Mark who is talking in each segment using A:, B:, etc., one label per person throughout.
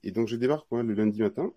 A: Et donc je débarque le lundi matin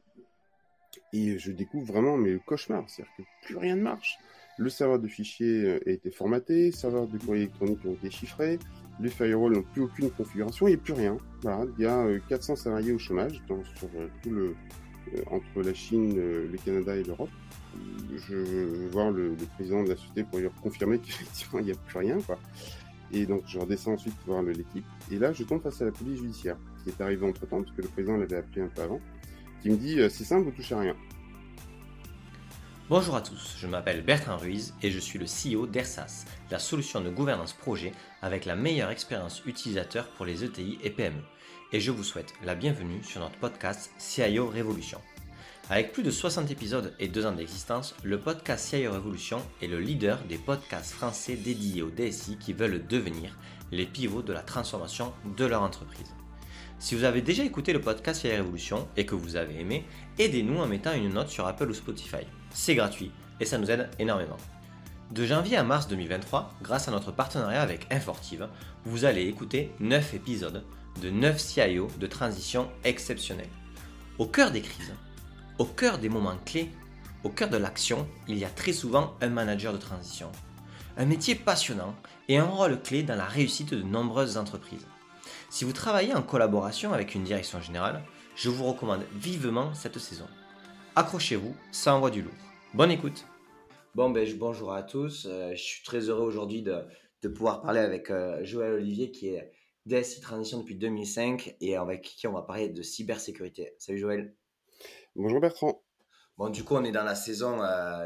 A: et je découvre vraiment le cauchemar, c'est-à-dire que plus rien ne marche. Le serveur de fichiers a été formaté, les serveurs de courrier électronique ont été chiffrés, les firewalls n'ont plus aucune configuration, il n'y a plus rien. Voilà, il y a 400 salariés au chômage sur tout entre la Chine, le Canada et l'Europe. Je veux voir le président de la société pour lui confirmer qu'effectivement il n'y a plus rien, quoi. Et donc je redescends ensuite voir l'équipe. Et là, je tombe face à la police judiciaire, qui est arrivée entre-temps, parce que le président l'avait appelé un peu avant, qui me dit c'est simple, vous touchez à rien.
B: Bonjour à tous, je m'appelle Bertrand Ruiz et je suis le CEO d'Ersas, la solution de gouvernance projet avec la meilleure expérience utilisateur pour les ETI et PME. Et je vous souhaite la bienvenue sur notre podcast CIO Révolution. Avec plus de 60 épisodes et 2 ans d'existence, le podcast CIO Révolution est le leader des podcasts français dédiés aux DSI qui veulent devenir les pivots de la transformation de leur entreprise. Si vous avez déjà écouté le podcast CIO Révolution et que vous avez aimé, aidez-nous en mettant une note sur Apple ou Spotify. C'est gratuit et ça nous aide énormément. De janvier à mars 2023, grâce à notre partenariat avec Infortive, vous allez écouter 9 épisodes de 9 CIO de transition exceptionnels. Au cœur des crises, au cœur des moments clés, au cœur de l'action, il y a très souvent un manager de transition. Un métier passionnant et un rôle clé dans la réussite de nombreuses entreprises. Si vous travaillez en collaboration avec une direction générale, je vous recommande vivement cette saison. Accrochez-vous, ça envoie du lourd. Bonne écoute. Bonjour à tous. Je suis très heureux aujourd'hui de pouvoir parler avec Joël Olivier qui est DSI Transition depuis 2005 et avec qui on va parler de cybersécurité. Salut Joël.
A: Bonjour Bertrand.
B: Bon, du coup, on est dans la saison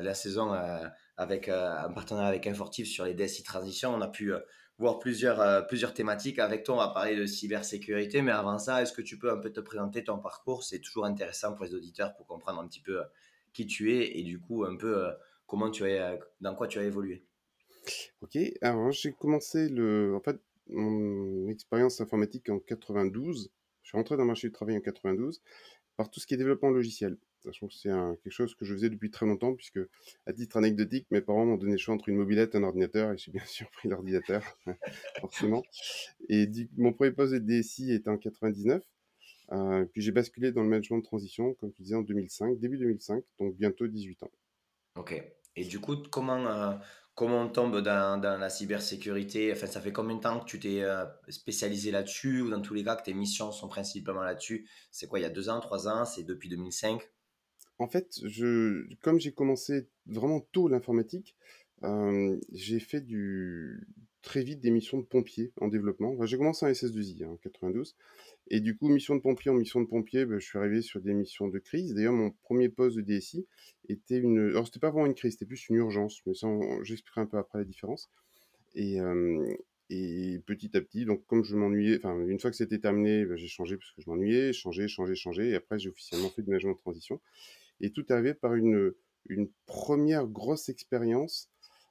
B: avec un partenariat avec Infortive sur les DSI Transition. On a pu voir plusieurs thématiques. Avec toi, on va parler de cybersécurité. Mais avant ça, est-ce que tu peux un peu te présenter ton parcours? C'est toujours intéressant pour les auditeurs pour comprendre un petit peu qui tu es et du coup un peu dans quoi tu as évolué.
A: Ok, alors j'ai commencé mon expérience informatique en 92. Je suis rentré dans le marché du travail en 92 par tout ce qui est développement logiciel. Sachant que c'est quelque chose que je faisais depuis très longtemps, puisque, à titre anecdotique, mes parents m'ont donné le choix entre une mobilette et un ordinateur, et j'ai bien sûr pris l'ordinateur, forcément. Et mon premier poste de DSI était en 99. Puis j'ai basculé dans le management de transition, comme tu disais, en 2005, début 2005, donc bientôt 18 ans.
B: Ok. Et du coup, comment on tombe dans la cybersécurité? Enfin, ça fait combien de temps que tu t'es spécialisé là-dessus ou dans tous les cas que tes missions sont principalement là-dessus? C'est quoi, il y a 2 ans, 3 ans? C'est depuis 2005?
A: En fait, comme j'ai commencé vraiment tôt l'informatique, j'ai fait très vite des missions de pompier en développement. Enfin, j'ai commencé en SS2I en 92. Et du coup, mission de pompier en mission de pompier, je suis arrivé sur des missions de crise. D'ailleurs, mon premier poste de DSI était alors c'était pas vraiment une crise, c'était plus une urgence. Mais ça, j'expliquerai un peu après la différence. Et, euh, et petit à petit, donc comme je m'ennuyais, enfin, une fois que c'était terminé, j'ai changé parce que je m'ennuyais, changé. Et après, j'ai officiellement fait du management de transition. Et tout est arrivé par une première grosse expérience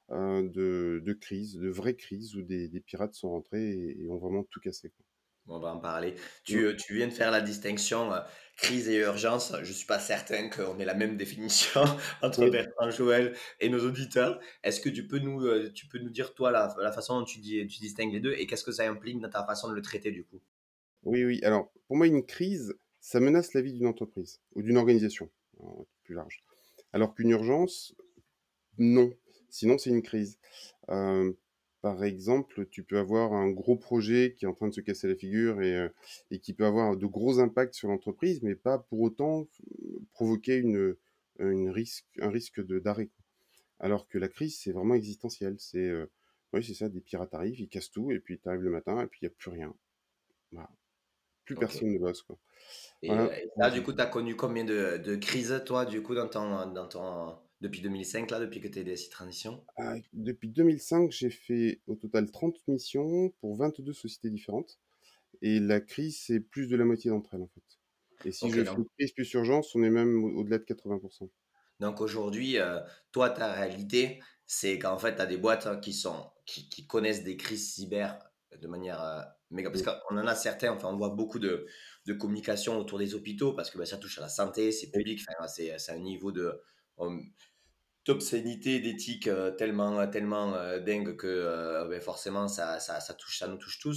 A: de crise, de vraie crise, où des pirates sont rentrés et ont vraiment tout cassé, quoi.
B: On va en parler.
A: Mm.
B: Tu viens de faire la distinction crise et urgence. Je suis pas certain qu'on ait la même définition entre
A: Oui,
B: Bertrand Joël et nos auditeurs. Est-ce que tu peux nous dire, toi, la façon dont tu distingues les deux et qu'est-ce que ça implique dans ta façon de le traiter, du coup?
A: oui, oui. Alors, pour moi, une crise, ça menace la vie d'une entreprise ou d'une organisation, plus large. Alors qu'une urgence, non. Sinon, c'est une crise. Euh, Par exemple, tu peux avoir un gros projet qui est en train de se casser la figure et qui peut avoir de gros impacts sur l'entreprise, mais pas pour autant provoquer un risque d'arrêt, quoi. Alors que la crise, c'est vraiment existentiel. Oui, c'est ça, des pirates arrivent, ils cassent tout, et puis tu arrives le matin, et puis il n'y a plus rien. Voilà. Plus
B: Ok.
A: personne ne bosse, quoi.
B: Et,
A: Voilà.
B: et là, du coup, tu as connu combien de crises, toi, du coup, depuis 2005, là, depuis que tu es DSI Transition?
A: Depuis 2005, j'ai fait au total 30 missions pour 22 sociétés différentes. Et la crise, c'est plus de la moitié d'entre elles, en fait. Et si
B: Ok,
A: je fais crise plus urgence, on est même au-delà de 80%.
B: donc aujourd'hui, toi, ta réalité, c'est qu'en fait, tu as des boîtes qui connaissent des crises cyber de manière méga. Parce
A: Mm.
B: qu'on en a certains, enfin, on voit beaucoup de communication autour des hôpitaux parce que ben, ça touche à la santé, c'est
A: Oui.
B: public, enfin, c'est un niveau euh, d'obscénité, d'éthique tellement dingue que ben, forcément, ça nous touche tous.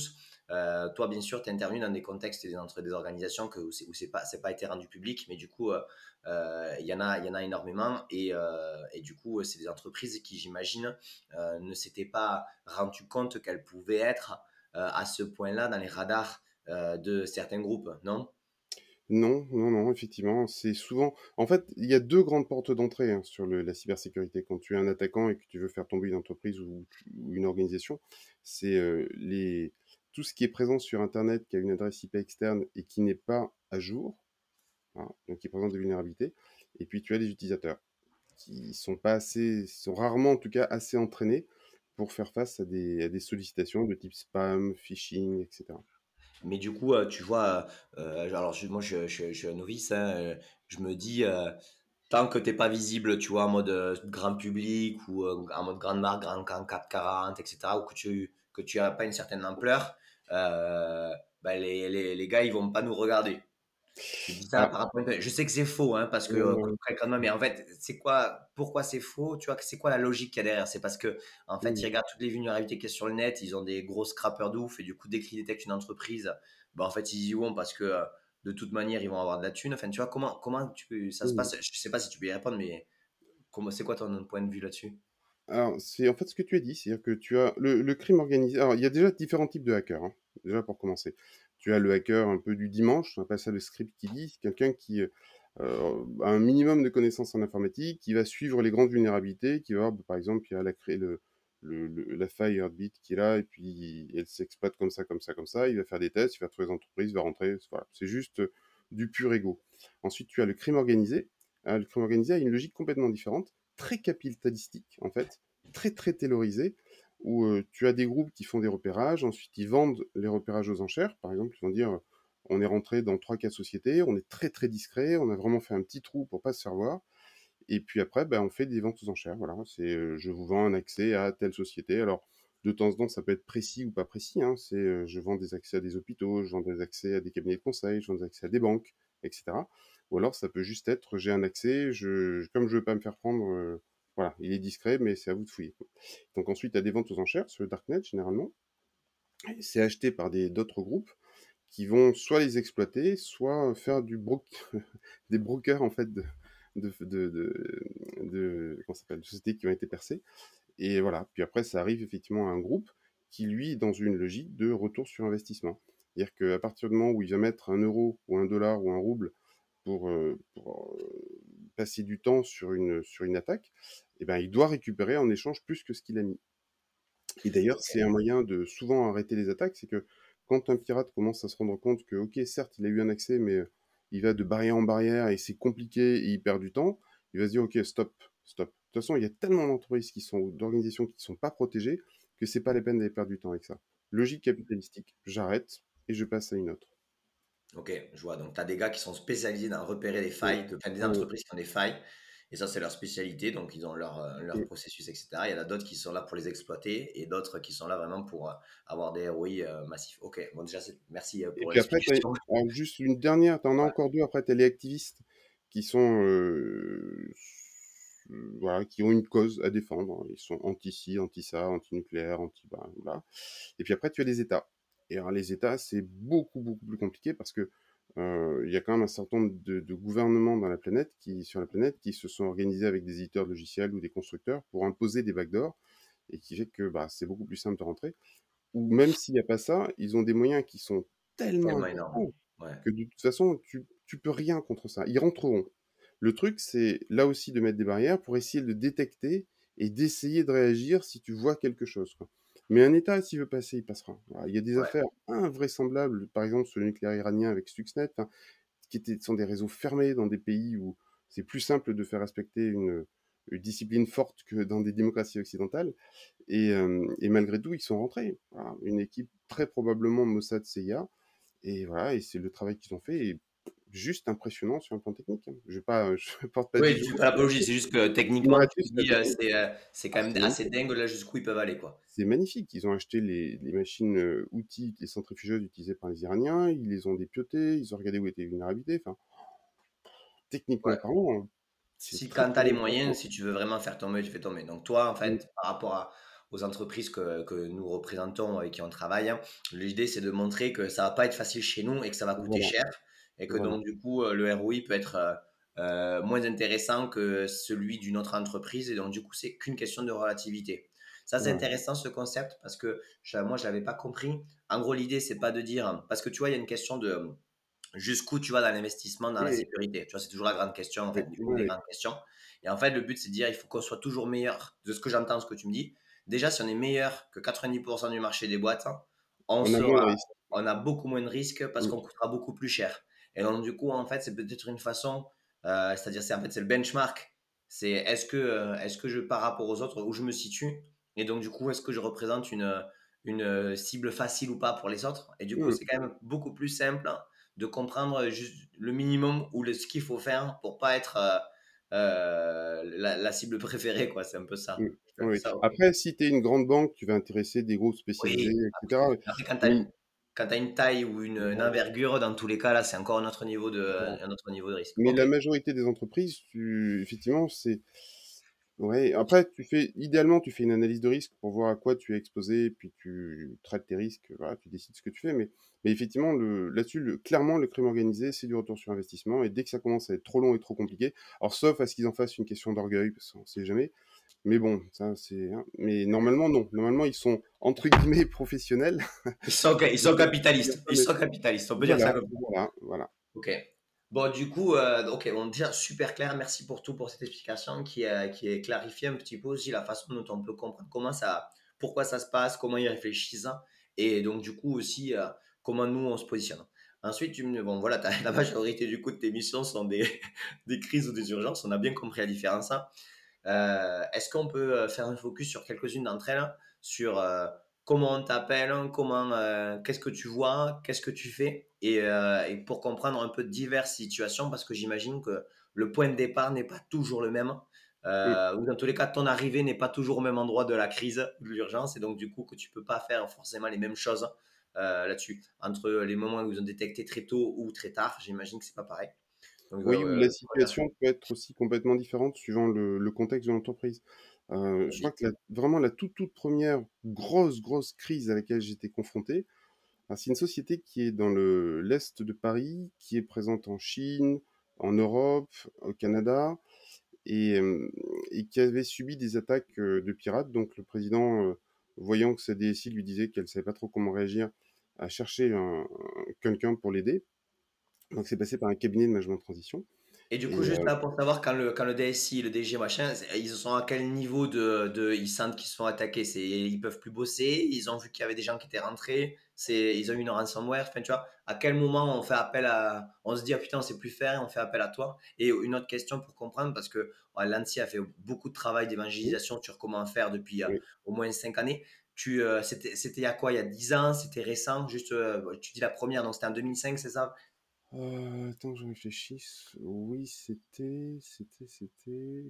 B: Toi, bien sûr, tu intervenu dans des contextes entre des organisations où c'est pas été rendu public, mais du coup, il y en a énormément. Et du coup, c'est des entreprises qui, j'imagine, ne s'étaient pas rendu compte qu'elles pouvaient être à ce point-là dans les radars de certains groupes, non?
A: Non, non, non, effectivement, c'est souvent en fait, il y a 2 grandes portes d'entrée, hein, sur la cybersécurité. Quand tu es un attaquant et que tu veux faire tomber une entreprise ou une organisation, c'est, les tout ce qui est présent sur internet, qui a une adresse IP externe et qui n'est pas à jour, hein, donc qui présente des vulnérabilités. Et puis tu as les utilisateurs qui sont rarement en tout cas assez entraînés pour faire face à des sollicitations de type spam, phishing, et cetera.
B: Mais du coup, tu vois, alors moi je suis un novice, hein, je me dis, tant que t'es pas visible, tu vois, en mode grand public ou en mode grande marque, grand 440, etc., ou que tu as pas une certaine ampleur, bah, les gars, ils vont pas nous regarder. Je dis ça
A: Ah,
B: par rapport je sais que c'est faux, hein, parce que concrètement, mais en fait, c'est quoi, pourquoi c'est faux? Tu vois, c'est quoi la logique qu'il y a derrière? C'est parce que, en fait, ils
A: mmh.
B: regardent toutes les vulnérabilités qu'il y a sur le net, ils ont des gros scrappers de ouf, et du coup, dès qu'ils détectent une entreprise, bah, en fait, ils y vont parce que de toute manière, ils vont avoir de la thune. Enfin, tu vois, ça se
A: Mmh.
B: passe? Je sais pas si tu peux y répondre, mais c'est quoi ton point de vue là-dessus?
A: Alors, c'est en fait ce que tu as dit, c'est-à-dire que tu as le crime organisé. Alors, il y a déjà différents types de hackers, hein, déjà pour commencer. Tu as le hacker un peu du dimanche, on appelle ça le script kiddie, c'est quelqu'un qui a un minimum de connaissances en informatique, qui va suivre les grandes vulnérabilités, qui va voir, bah, par exemple, il y a la faille Heartbeat qui est là, et puis elle s'exploite comme ça, comme ça, comme ça. Il va faire des tests, il va trouver les entreprises, il va rentrer. Voilà. C'est juste du pur ego. Ensuite, tu as le crime organisé. Le crime organisé a une logique complètement différente, très capitalistique en fait, très très taylorisé, où tu as des groupes qui font des repérages, ensuite ils vendent les repérages aux enchères, par exemple, ils vont dire on est rentré dans 3-4 sociétés, on est très très discret, on a vraiment fait un petit trou pour pas se faire voir, et puis après, ben, on fait des ventes aux enchères, voilà, c'est je vous vends un accès à telle société, alors de temps en temps ça peut être précis ou pas précis, hein, c'est je vends des accès à des hôpitaux, je vends des accès à des cabinets de conseil, je vends des accès à des banques, etc. Ou alors ça peut juste être j'ai un accès, comme je veux pas me faire prendre, voilà, il est discret, mais c'est à vous de fouiller. Donc ensuite, il y a des ventes aux enchères sur le darknet généralement. C'est acheté par d'autres groupes qui vont soit les exploiter, soit faire des brokers en fait comment ça s'appelle, de sociétés qui ont été percées. Et voilà. Puis après, ça arrive effectivement à un groupe qui lui est dans une logique de retour sur investissement. C'est-à-dire qu'à partir du moment où il va mettre un euro ou un dollar ou un rouble pour passer du temps sur une attaque, eh ben, il doit récupérer en échange plus que ce qu'il a mis. Et d'ailleurs,
B: Ok.
A: c'est un moyen de souvent arrêter les attaques, c'est que quand un pirate commence à se rendre compte que, ok, certes, il a eu un accès, mais il va de barrière en barrière et c'est compliqué et il perd du temps, il va se dire, ok, stop, stop. De toute façon, il y a tellement d'entreprises d'organisations qui ne sont pas protégées que c'est pas la peine d'aller perdre du temps avec ça. Logique capitalistique, j'arrête et je passe à une autre.
B: Ok, je vois. Donc, tu as des gars qui sont spécialisés dans repérer les
A: Mm.
B: failles, enfin, des
A: Mm.
B: entreprises qui ont des failles. Et ça, c'est leur spécialité. Donc, ils ont leur
A: Mm.
B: processus, etc. Il y en a d'autres qui sont là pour les exploiter et d'autres qui sont là vraiment pour avoir des ROI massifs. Ok, bon, déjà, merci
A: Et
B: pour
A: puis après,
B: l'explication.
A: alors juste une dernière, t'en as encore deux. Après, t'as les activistes qui sont, voilà, qui ont une cause à défendre. Ils sont anti-ci, anti-ça, anti-nucléaire, anti, voilà. Et puis après, tu as les États. Et alors, les États, c'est beaucoup, beaucoup plus compliqué parce que il y a quand même un certain nombre de gouvernements sur la planète, qui se sont organisés avec des éditeurs de logiciels ou des constructeurs pour imposer des backdoors et qui fait que bah, c'est beaucoup plus simple de rentrer. Ou même s'il n'y a pas ça, ils ont des moyens qui sont tellement
B: Tellement énorme.
A: importants
B: Ouais.
A: que de toute façon, tu peux rien contre ça. Ils rentreront. Le truc, c'est là aussi de mettre des barrières pour essayer de détecter et d'essayer de réagir si tu vois quelque chose, quoi. Mais un État, s'il veut passer, il passera. Voilà. Il y a des
B: Ouais.
A: affaires invraisemblables, par exemple sur le nucléaire iranien avec Stuxnet, hein, sont des réseaux fermés dans des pays où c'est plus simple de faire respecter une discipline forte que dans des démocraties occidentales. Et malgré tout, ils sont rentrés. Voilà. Une équipe très probablement Mossad CIA. Et voilà, et c'est le travail qu'ils ont fait est juste impressionnant sur un plan technique, hein. Je porte pas de
B: Oui,
A: jugement.
B: tu fais l'apologie. C'est juste que
A: Le
B: techniquement, tu
A: narratif,
B: te
A: c'est la
B: dis,
A: technique.
B: c'est
A: Ah,
B: quand même
A: c'est
B: assez
A: magnifique.
B: dingue là jusqu'où ils peuvent aller, quoi.
A: C'est magnifique. Ils ont acheté les machines outils, les centrifugeuses utilisées par les Iraniens, ils les ont dépiotées, ils ont regardé où étaient les vulnérabilités. Enfin, techniquement
B: Ouais.
A: parlant, hein, c'est
B: Si
A: très
B: quand tu as
A: très
B: les
A: intéressant.
B: moyens, si tu veux vraiment faire tomber, tu fais tomber. Donc toi, en
A: Mm.
B: fait, par rapport aux entreprises que nous représentons et qui on travaille, hein. L'idée, c'est de montrer que ça va pas être facile chez nous et que ça va coûter
A: Voilà,
B: cher et que
A: voilà,
B: donc du coup, le ROI peut être moins intéressant que celui d'une autre entreprise et donc du coup, c'est qu'une question de relativité. Ça, c'est
A: voilà.
B: intéressant ce concept parce que moi, je l'avais pas compris. En gros, l'idée, c'est pas de dire parce que tu vois, il y a une question de jusqu'où tu vas dans l'investissement, dans la
A: Oui,
B: sécurité. Tu vois, c'est toujours la grande question, enfin,
A: oui,
B: une
A: oui,
B: des
A: oui.
B: grandes questions. Et en fait, le but, c'est de dire, il faut qu'on soit toujours meilleur. De ce que j'entends, ce que tu me dis. Déjà, si on est meilleur que 90% du marché des boîtes, hein, on
A: On a moins de
B: sera,
A: risques.
B: on a beaucoup moins de risques parce
A: Mm.
B: qu'on coûtera beaucoup plus cher. Et donc, du coup, en fait, c'est peut-être une façon, c'est-à-dire, en fait, c'est le benchmark. C'est est-ce que je, par rapport aux autres, où je me situe, et donc, du coup, est-ce que je représente une cible facile ou pas pour les autres? Et du coup,
A: Mm.
B: c'est quand même beaucoup plus simple, hein, de comprendre juste le minimum ou ce qu'il faut faire pour pas être la cible préférée, quoi. C'est un peu ça.
A: Mm.
B: C'est un peu
A: Oui.
B: ça.
A: Après, si tu es une grande banque, tu vas intéresser des groupes spécialisés,
B: Oui.
A: etc.
B: Après,
A: Mais
B: quand tu une taille ou une
A: voilà,
B: envergure, dans tous les cas, là, c'est encore
A: voilà.
B: un autre niveau de risque.
A: Mais
B: Ok.
A: la majorité des entreprises, effectivement, c'est. Ouais, après, idéalement, tu fais une analyse de risque pour voir à quoi tu es exposé, puis tu traites tes risques, voilà, tu décides ce que tu fais. Mais effectivement, là-dessus, clairement, le crime organisé, c'est du retour sur investissement. Et dès que ça commence à être trop long et trop compliqué, alors sauf à ce qu'ils en fassent une question d'orgueil, parce qu'on sait jamais. Mais bon, ça, c'est, hein. Mais normalement, non. Normalement, ils sont, entre guillemets, professionnels.
B: Ils sont capitalistes. Ils sont capitalistes. On peut dire ça
A: Voilà,
B: comme ça.
A: voilà, voilà.
B: Ok. Bon, du coup, ok, bon, déjà super clair. Merci pour tout pour cette explication qui est clarifié un petit peu aussi la façon dont on peut comprendre pourquoi ça se passe, comment ils réfléchissent, hein, et donc du coup aussi comment nous on se positionne. Ensuite, bon voilà, la majorité du coup de tes missions sont des crises ou des urgences. On a bien compris la différence, hein. Est-ce qu'on peut faire un focus sur quelques-unes d'entre elles, sur comment on t'appelle, qu'est-ce que tu vois, qu'est-ce que tu fais, et pour comprendre un peu diverses situations, parce que j'imagine que le point de départ n'est pas toujours le même,
A: Mm.
B: ou dans tous les cas, ton arrivée n'est pas toujours au même endroit de la crise, de l'urgence, et donc du coup que tu peux pas faire forcément les mêmes choses là-dessus. Entre les moments où ils ont détecté très tôt ou très tard, j'imagine que c'est pas pareil. Donc,
A: Oui, ou la
B: merci.
A: situation peut être aussi complètement différente suivant le contexte de l'entreprise. Je crois
B: Oui.
A: que vraiment la toute première grosse crise à laquelle j'étais confronté, c'est une société qui est dans l'est de Paris, qui est présente en Chine, en Europe, au Canada, et, euh, et qui avait subi des attaques de pirates. Donc le président, voyant que sa DSI lui disait qu'elle savait pas trop comment réagir, a cherché quelqu'un pour l'aider. Donc c'est passé par un cabinet de management de transition.
B: Et du coup,
A: Et
B: juste là pour savoir quand le DSI, le DG machin, ils sont à quel niveau ils sentent qu'ils se font attaquer, ils peuvent plus bosser, ils ont vu qu'il y avait des gens qui étaient rentrés, ils ont eu une ransomware, enfin tu vois, à quel moment on se dit ah putain on sait plus faire, on fait appel à toi. Et une autre question pour comprendre parce que ouais, l'ANSSI a fait beaucoup de travail
A: oui,
B: d'évangélisation sur comment faire depuis
A: oui.
B: au moins 5 années. C'était il y a quoi? Il y a 10 ans, c'était récent, juste tu dis la première, donc c'était en 2005, c'est ça?
A: Attends que je réfléchisse. Oui, c'était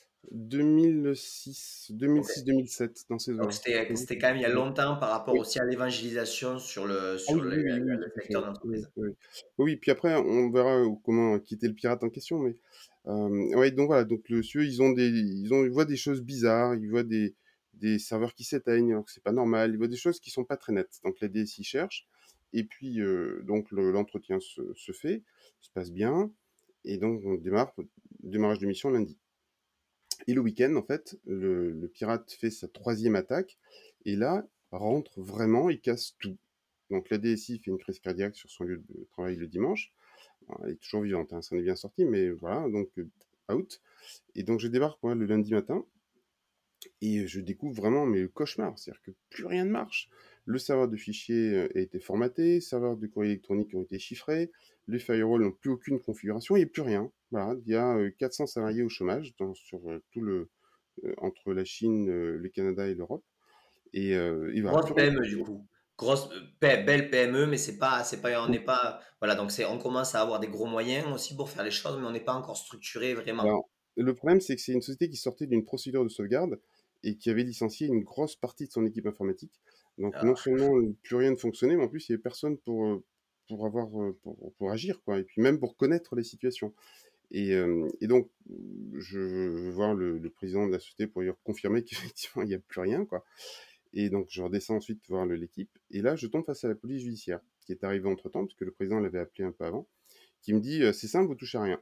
A: 2006,
B: Ok.
A: 2006-2007, dans ces
B: Donc
A: eaux-là.
B: c'était quand même il y a longtemps par rapport
A: Oui.
B: aussi à l'évangélisation
A: Ah
B: sur
A: oui, oui, oui, oui,
B: le
A: tout à
B: secteur
A: fait. Oui,
B: d'entreprise.
A: oui. Oui, puis après, on verra comment quitter le pirate en question, mais ouais, donc voilà, donc le CIE, ils voient des choses bizarres, ils voient des serveurs qui s'éteignent, alors que c'est pas normal, ils voient des choses qui sont pas très nettes. Donc la DSI cherche, et puis donc l'entretien se fait, se passe bien, et donc on démarrage de mission lundi. Et le week-end, en fait, le pirate fait sa troisième attaque, et là, rentre vraiment et casse tout. Donc la DSI fait une crise cardiaque sur son lieu de travail le dimanche. Alors, elle est toujours vivante, hein, ça en est bien sorti, mais voilà, donc out. Et donc je débarque moi, le lundi matin, et je découvre vraiment mais le cauchemar, c'est-à-dire que plus rien ne marche. Le serveur de fichiers a été formaté, les serveurs de courrier électronique ont été chiffrés, les firewalls n'ont plus aucune configuration, et plus rien. Voilà, il y a 400 salariés au chômage sur entre la Chine, le Canada et l'Europe. Et voilà,
B: Grosse
A: plus rien ne
B: PME du
A: fonctionne.
B: coup. Belle PME, mais on n'est pas, voilà, donc on commence à avoir des gros moyens aussi pour faire les choses, mais on n'est pas encore structuré vraiment.
A: Alors, le problème, c'est que c'est une société qui sortait d'une procédure de sauvegarde et qui avait licencié une grosse partie de son équipe informatique. Donc, non
B: Ah,
A: seulement plus rien ne fonctionnait, mais en plus, il n'y avait personne pour agir, quoi, et puis même pour connaître les situations. Et donc, je veux voir le président de la société pour lui confirmer qu'effectivement, il n'y a plus rien, quoi. Et donc, je redescends ensuite voir l'équipe. Et là, je tombe face à la police judiciaire, qui est arrivée entre-temps, puisque le président l'avait appelé un peu avant, qui me dit, c'est simple, vous touchez à rien.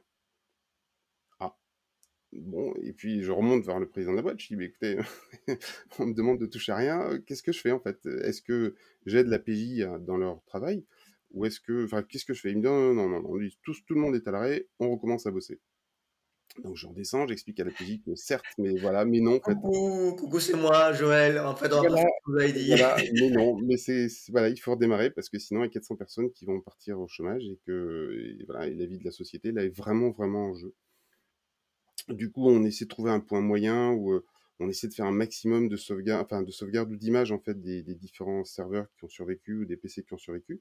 A: Ah, bon, et puis je remonte vers le président de la boîte, je dis, mais écoutez, on me demande de toucher à rien, qu'est-ce que je fais en fait? Est-ce que j'aide la PJ dans leur travail? Ou est-ce que, enfin, qu'est-ce que je fais? Il me dit, non, non, non, non, non, tout le monde est à l'arrêt, on recommence à bosser. Donc je redescends, j'explique à la PJ que certes, mais voilà, mais non, en fait.
B: Coucou, c'est moi, Joël. En fait, on va pas
A: Voilà,
B: faire ce que vous avez dit.
A: voilà, mais non, mais voilà, il faut redémarrer parce que sinon il y a 400 personnes qui vont partir au chômage et voilà, et la vie de la société là est vraiment, vraiment en jeu. Du coup, on essaie de trouver un point moyen où on essaie de faire un maximum de sauvegarde, enfin de sauvegarde ou d'image en fait des différents serveurs qui ont survécu ou des PC qui ont survécu.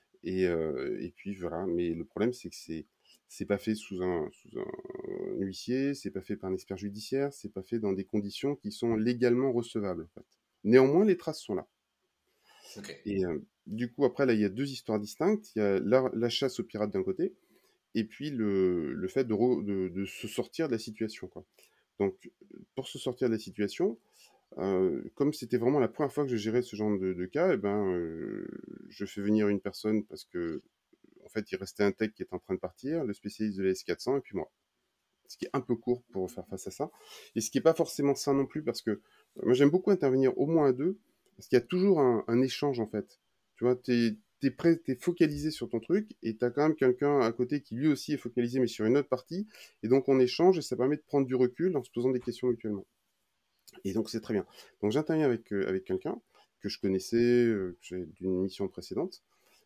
A: Et puis voilà. Mais le problème, c'est que c'est pas fait sous un huissier, c'est pas fait par un expert judiciaire, c'est pas fait dans des conditions qui sont légalement recevables en fait. Néanmoins, les traces sont là.
B: Ok.
A: Du coup, après, là, il y a deux histoires distinctes. Il y a la chasse aux pirates d'un côté, et puis le fait de se sortir de la situation, quoi. Donc, pour se sortir de la situation, comme c'était vraiment la première fois que je gérais ce genre de cas, eh ben, je fais venir une personne parce que, en fait, il restait un tech qui était en train de partir, le spécialiste de la S400, et puis moi. Ce qui est un peu court pour faire face à ça. Et ce qui n'est pas forcément sain non plus, parce que moi, j'aime beaucoup intervenir au moins à deux, parce qu'il y a toujours un échange, en fait. Tu vois, t'es prêt, t'es focalisé sur ton truc, et t'as quand même quelqu'un à côté qui lui aussi est focalisé, mais sur une autre partie, et donc on échange, et ça permet de prendre du recul en se posant des questions mutuellement. Et donc c'est très bien. Donc j'interviens avec quelqu'un que je connaissais d'une mission précédente.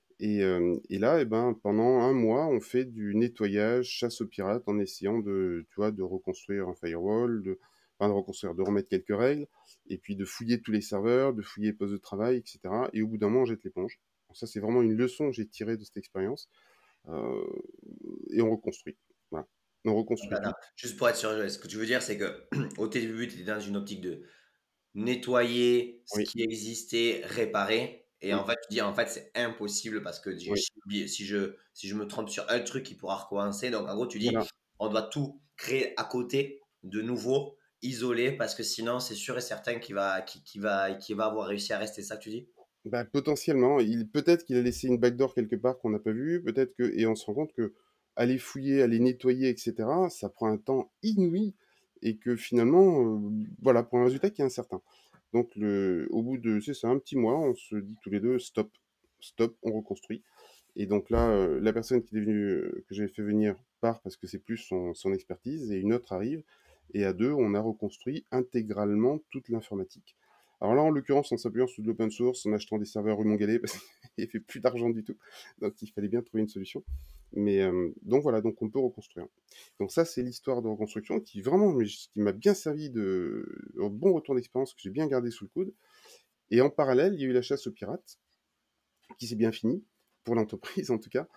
A: Et là, eh ben, pendant un mois, on fait du nettoyage, chasse aux pirates, en essayant tu vois, de reconstruire un firewall, enfin, de reconstruire, de remettre quelques règles, et puis de fouiller tous les serveurs, de fouiller les postes de travail, etc. Et au bout d'un moment, on jette l'éponge. Donc ça, c'est vraiment une leçon que j'ai tirée de cette expérience. Euh, et on reconstruit. Voilà. On
B: Donc,
A: reconstruit tout.
B: attends, juste pour être sûr, Joël, ce que tu veux dire, c'est que au début, tu étais dans une optique de nettoyer ce
A: Oui,
B: qui existait, réparer. Et
A: oui,
B: en fait, tu dis, en fait, c'est impossible parce que
A: oui.
B: si je me trompe sur un truc, il pourra recommencer. Donc, en gros, tu dis,
A: Voilà.
B: on doit tout créer à côté, de nouveau, isolé, parce que sinon, c'est sûr et certain qu'il va avoir réussi à rester. Ça que tu dis?
A: Bah, potentiellement, peut-être qu'il a laissé une backdoor quelque part qu'on n'a pas vu, peut-être que, et on se rend compte que aller fouiller, aller nettoyer, etc., ça prend un temps inouï, et que finalement, voilà, pour un résultat qui est incertain. Donc, au bout de, c'est ça, un petit mois, on se dit tous les deux, stop, stop, on reconstruit. Et donc là, la personne qui est venue, que j'avais fait venir part parce que c'est plus son expertise, et une autre arrive, et à deux, on a reconstruit intégralement toute l'informatique. Alors là, en l'occurrence, en s'appuyant sur de l'open source, en achetant des serveurs rue Montgalet, parce qu'il n'y avait plus d'argent du tout, donc il fallait bien trouver une solution. Mais donc voilà, donc on peut reconstruire. Donc ça, c'est l'histoire de reconstruction qui vraiment, qui m'a bien servi un bon retour d'expérience que j'ai bien gardé sous le coude. Et en parallèle, il y a eu la chasse aux pirates, qui s'est bien finie, pour l'entreprise en tout cas.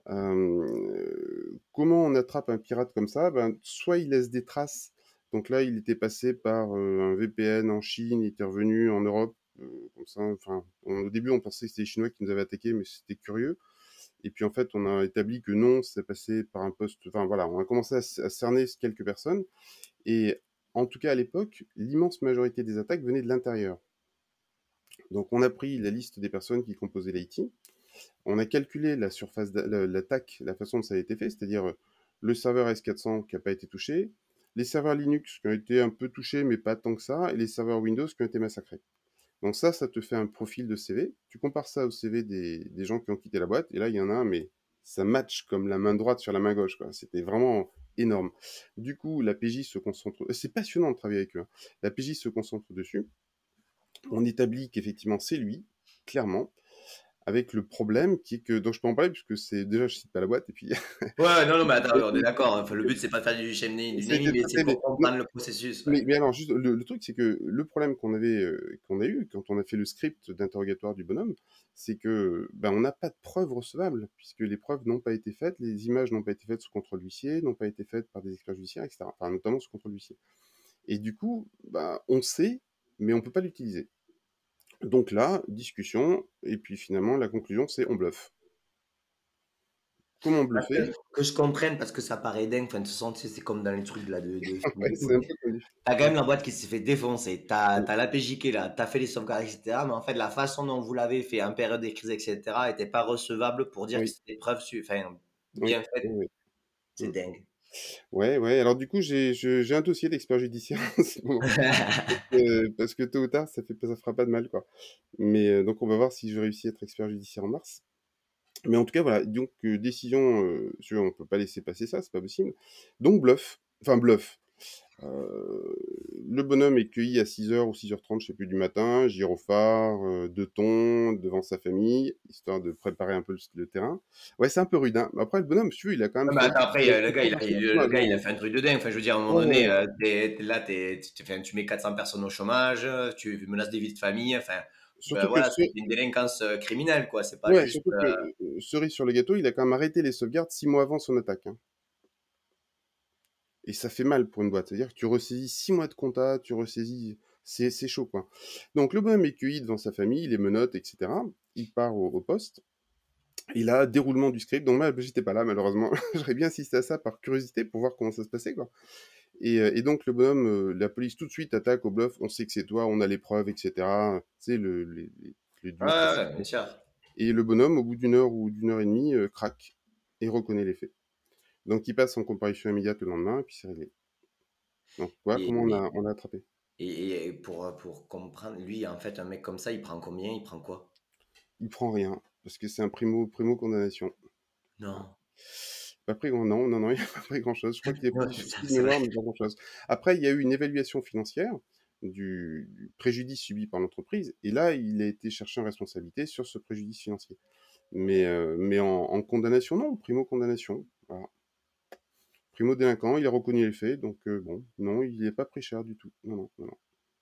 A: Comment on attrape un pirate comme ça? Ben, soit il laisse des traces. Donc là, il était passé par un VPN en Chine, il était revenu en Europe, comme ça. Enfin, au début, on pensait que c'était les Chinois qui nous avaient attaqué, mais c'était curieux. Et puis en fait, on a établi que non, c'est passé par un poste. Enfin voilà, on a commencé à cerner quelques personnes. Et en tout cas, à l'époque, l'immense majorité des attaques venaient de l'intérieur. Donc on a pris la liste des personnes qui composaient l'IT. On a calculé la surface l'attaque, la façon dont ça a été fait, c'est-à-dire le serveur S400 qui n'a pas été touché, les serveurs Linux qui ont été un peu touchés mais pas tant que ça, et les serveurs Windows qui ont été massacrés. Donc ça te fait un profil de CV. Tu compares ça au CV des gens qui ont quitté la boîte, et là il y en a un, mais ça match comme la main droite sur la main gauche, quoi. C'était vraiment énorme. Du coup, la PJ se concentre. C'est passionnant de travailler avec eux, hein. La PJ se concentre dessus. On établit qu'effectivement c'est lui, clairement, avec le problème qui est que, dont je peux en parler, puisque c'est déjà, je cite pas la boîte, et puis
B: Ouais, ouais, non, non, mais attends, on est d'accord, hein. Enfin, le but, c'est pas de faire du
A: ça a
B: naming,
A: été
B: mais c'est
A: traité,
B: pour comprendre le processus. Ouais.
A: mais alors, juste, le truc, c'est que le problème qu'on a eu quand on a fait le script d'interrogatoire du bonhomme, c'est que, ben, on n'a pas de preuves recevables, puisque les preuves n'ont pas été faites, les images n'ont pas été faites sous contrôle d'huissier, n'ont pas été faites par des experts judiciaires, etc. Enfin, notamment sous contrôle d'huissier. Et du coup, ben, on sait, mais on peut pas l'utiliser. Donc là, discussion, et puis finalement, la conclusion, c'est on bluffe. comment
B: Parce que
A: bluffer.
B: que je comprenne, parce que ça paraît dingue, enfin, de toute façon, tu sais, c'est comme dans les trucs là de films
A: Ouais,
B: et
A: c'est
B: tout.
A: un peu connu.
B: Tu as quand
A: Ouais,
B: même la boîte qui s'est fait défoncer, tu as
A: ouais,
B: tu as l'APJ qui est là, tu as fait les sauvegardes et cetera, mais en fait, la façon dont vous l'avez fait en période de crise et cetera était pas recevable pour dire que
A: oui,
B: c'était preuve enfin,
A: oui,
B: bien faite.
A: oui, oui.
B: C'est
A: Mmh.
B: dingue.
A: Ouais, ouais, alors du coup, j'ai un dossier d'expert judiciaire en ce moment, parce que tôt ou tard, ça fera pas de mal, quoi. Mais donc on va voir si je réussis à être expert judiciaire en mars. Mais en tout cas, voilà, donc décision, on peut pas laisser passer ça, c'est pas possible. Donc bluff, enfin bluff. Le bonhomme est cueilli à 6 heures ou 6h30, je sais plus, du matin, gyrophare, 2 tons, devant sa famille, histoire de préparer un peu le terrain. Ouais, c'est un peu rude, hein. Mais après, le bonhomme, si tu veux, il a quand même
B: Ouais, mais
A: fallu
B: attends, après,
A: qu'il
B: le
A: ait
B: gars, il a
A: personne au
B: le
A: chômage,
B: gars, il a
A: hein.
B: fait un truc de dingue. Enfin, je veux dire, à un moment
A: Ouais,
B: donné,
A: ouais,
B: tu là, enfin, tu mets 400 personnes au chômage, tu menaces des vies de famille. Enfin, ben
A: surtout que
B: voilà, c'est une délinquance criminelle, quoi. C'est pas
A: ouais,
B: juste.
A: surtout que, cerise sur le gâteau, il a quand même arrêté les sauvegardes 6 mois avant son attaque, hein. Et ça fait mal pour une boîte. C'est-à-dire que tu ressaisis 6 mois de compta, tu ressaisis, c'est chaud, quoi. Donc le bonhomme est cueilli devant sa famille, les menottes, etc. Il part au poste. Et là, déroulement du script. Donc moi, j'étais pas là, malheureusement. J'aurais bien assisté à ça par curiosité pour voir comment ça se passait, quoi. Et donc le bonhomme, la police tout de suite attaque au bluff. On sait que c'est toi, on a les preuves, etc. Tu sais, les
B: Ouais,
A: duos
B: ouais,
A: classiques,
B: ouais, bien
A: quoi.
B: sûr.
A: Et le bonhomme, au bout d'une heure ou d'une heure et demie, craque et reconnaît les faits. Donc il passe en comparution immédiate le lendemain, et puis c'est réglé. Donc voilà comment
B: Et,
A: on l'a attrapé.
B: et pour comprendre, lui, en fait, un mec comme ça, il prend combien? Il prend quoi?
A: Il prend rien, parce que c'est un primo condamnation. Voilà.
B: Non.
A: Pas pris grand, non, non, non, il a pas pris grand chose. Je crois qu'il a
B: Ouais,
A: pris
B: putain,
A: souci de
B: c'est vrai.
A: mémoire, mais pas grand chose. Après, il y a eu une évaluation financière du préjudice subi par l'entreprise, et là, il a été cherché en responsabilité sur ce préjudice financier. Mais en condamnation, non, primo condamnation. Voilà. Primo délinquant, il a reconnu les faits, donc bon, non, il n'est pas pris cher du tout. Non, non, non, non.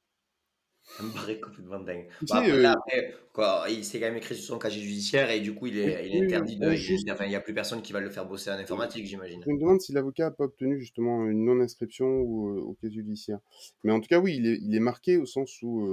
B: Ça me paraît complètement dingue.
A: Tu
B: Bon,
A: sais,
B: après, là, après, quoi, il s'est quand même écrit sur son casier judiciaire et du coup,
A: oui,
B: il est
A: oui, oui,
B: interdit de.
A: juste,
B: Enfin, il n'y a plus personne qui va le faire bosser en informatique, j'imagine.
A: je me demande si l'avocat n'a pas obtenu justement une non-inscription au casier judiciaire. Mais en tout cas, oui, il est marqué au sens où,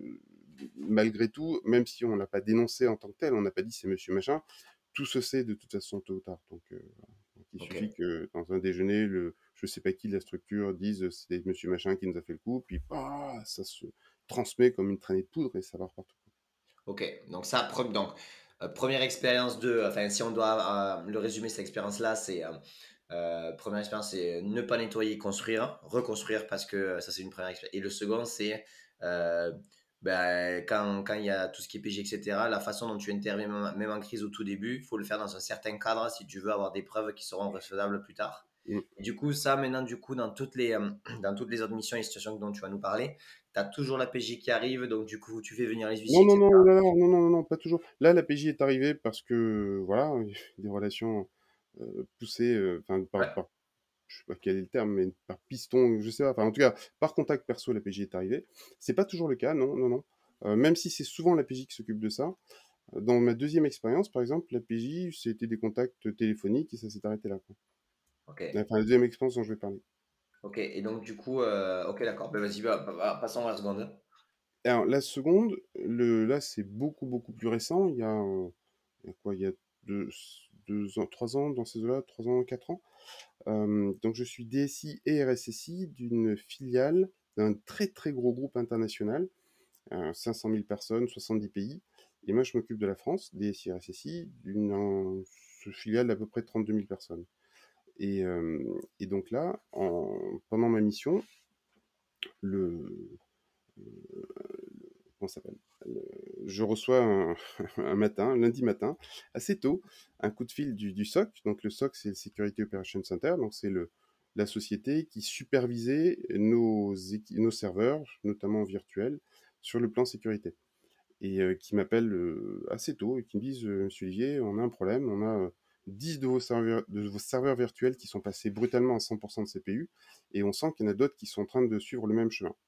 A: malgré tout, même si on l'a pas dénoncé en tant que tel, on n'a pas dit c'est monsieur machin, tout se sait de toute façon tôt ou tard. Voilà. Donc, il
B: Ok.
A: suffit que dans un déjeuner, je sais pas qui de la structure dise c'est monsieur machin qui nous a fait le coup, puis ça se transmet comme une traînée de poudre et ça va partout.
B: Ok. Donc, ça, première expérience de. Enfin, si on doit le résumer, cette expérience-là, c'est. Première expérience, c'est ne pas nettoyer, construire, reconstruire parce que ça, c'est une première expérience. Et le second, c'est. euh, ben, quand il y a tout ce qui est PJ, etc., la façon dont tu interviens, même en crise au tout début, il faut le faire dans un certain cadre si tu veux avoir des preuves qui seront recevables plus tard.
A: Mm.
B: Et du coup, ça, maintenant, du coup, dans toutes les autres missions et situations dont tu vas nous parler, tu as toujours la PJ qui arrive, donc du coup, tu fais venir les
A: Non,
B: huissiers,
A: non, non,
B: etc.
A: oh là là, non, non, non, non, pas toujours. Là, la PJ est arrivée parce que, voilà, il y a des relations poussées, enfin,
B: Ouais.
A: je sais pas quel est le terme, mais par piston, je sais pas. Enfin, en tout cas, par contact perso, la PJ est arrivée. C'est pas toujours le cas, non, non, non. Même si c'est souvent la PJ qui s'occupe de ça. Dans ma deuxième expérience, par exemple, la PJ, c'était des contacts téléphoniques et ça s'est arrêté là, quoi.
B: Ok.
A: Enfin, la deuxième expérience dont je vais parler.
B: Ok. Et donc, du coup, ok, d'accord. Ben, vas-y, passons à la seconde.
A: Alors, la seconde, là, c'est beaucoup, beaucoup plus récent. Il y a quoi? Il y a 2 ans, 3 ans dans ces eaux-là, 3 ans, 4 ans. Donc, je suis DSI et RSSI d'une filiale d'un très, très gros groupe international, 500 000 personnes, 70 pays. Et moi, je m'occupe de la France, DSI, RSSI, d'une filiale d'à peu près 32 000 personnes. Et donc là, pendant ma mission, le, comment ça s'appelle? Je reçois un matin, lundi matin, assez tôt, un coup de fil du SOC. Donc le SOC, c'est le Security Operations Center, donc c'est la société qui supervisait nos serveurs, notamment virtuels, sur le plan sécurité. Et qui m'appelle assez tôt et qui me disent, Monsieur Olivier, on a un problème, on a 10 de vos serveurs virtuels qui sont passés brutalement à 100% de CPU, et on sent qu'il y en a d'autres qui sont en train de suivre le même chemin.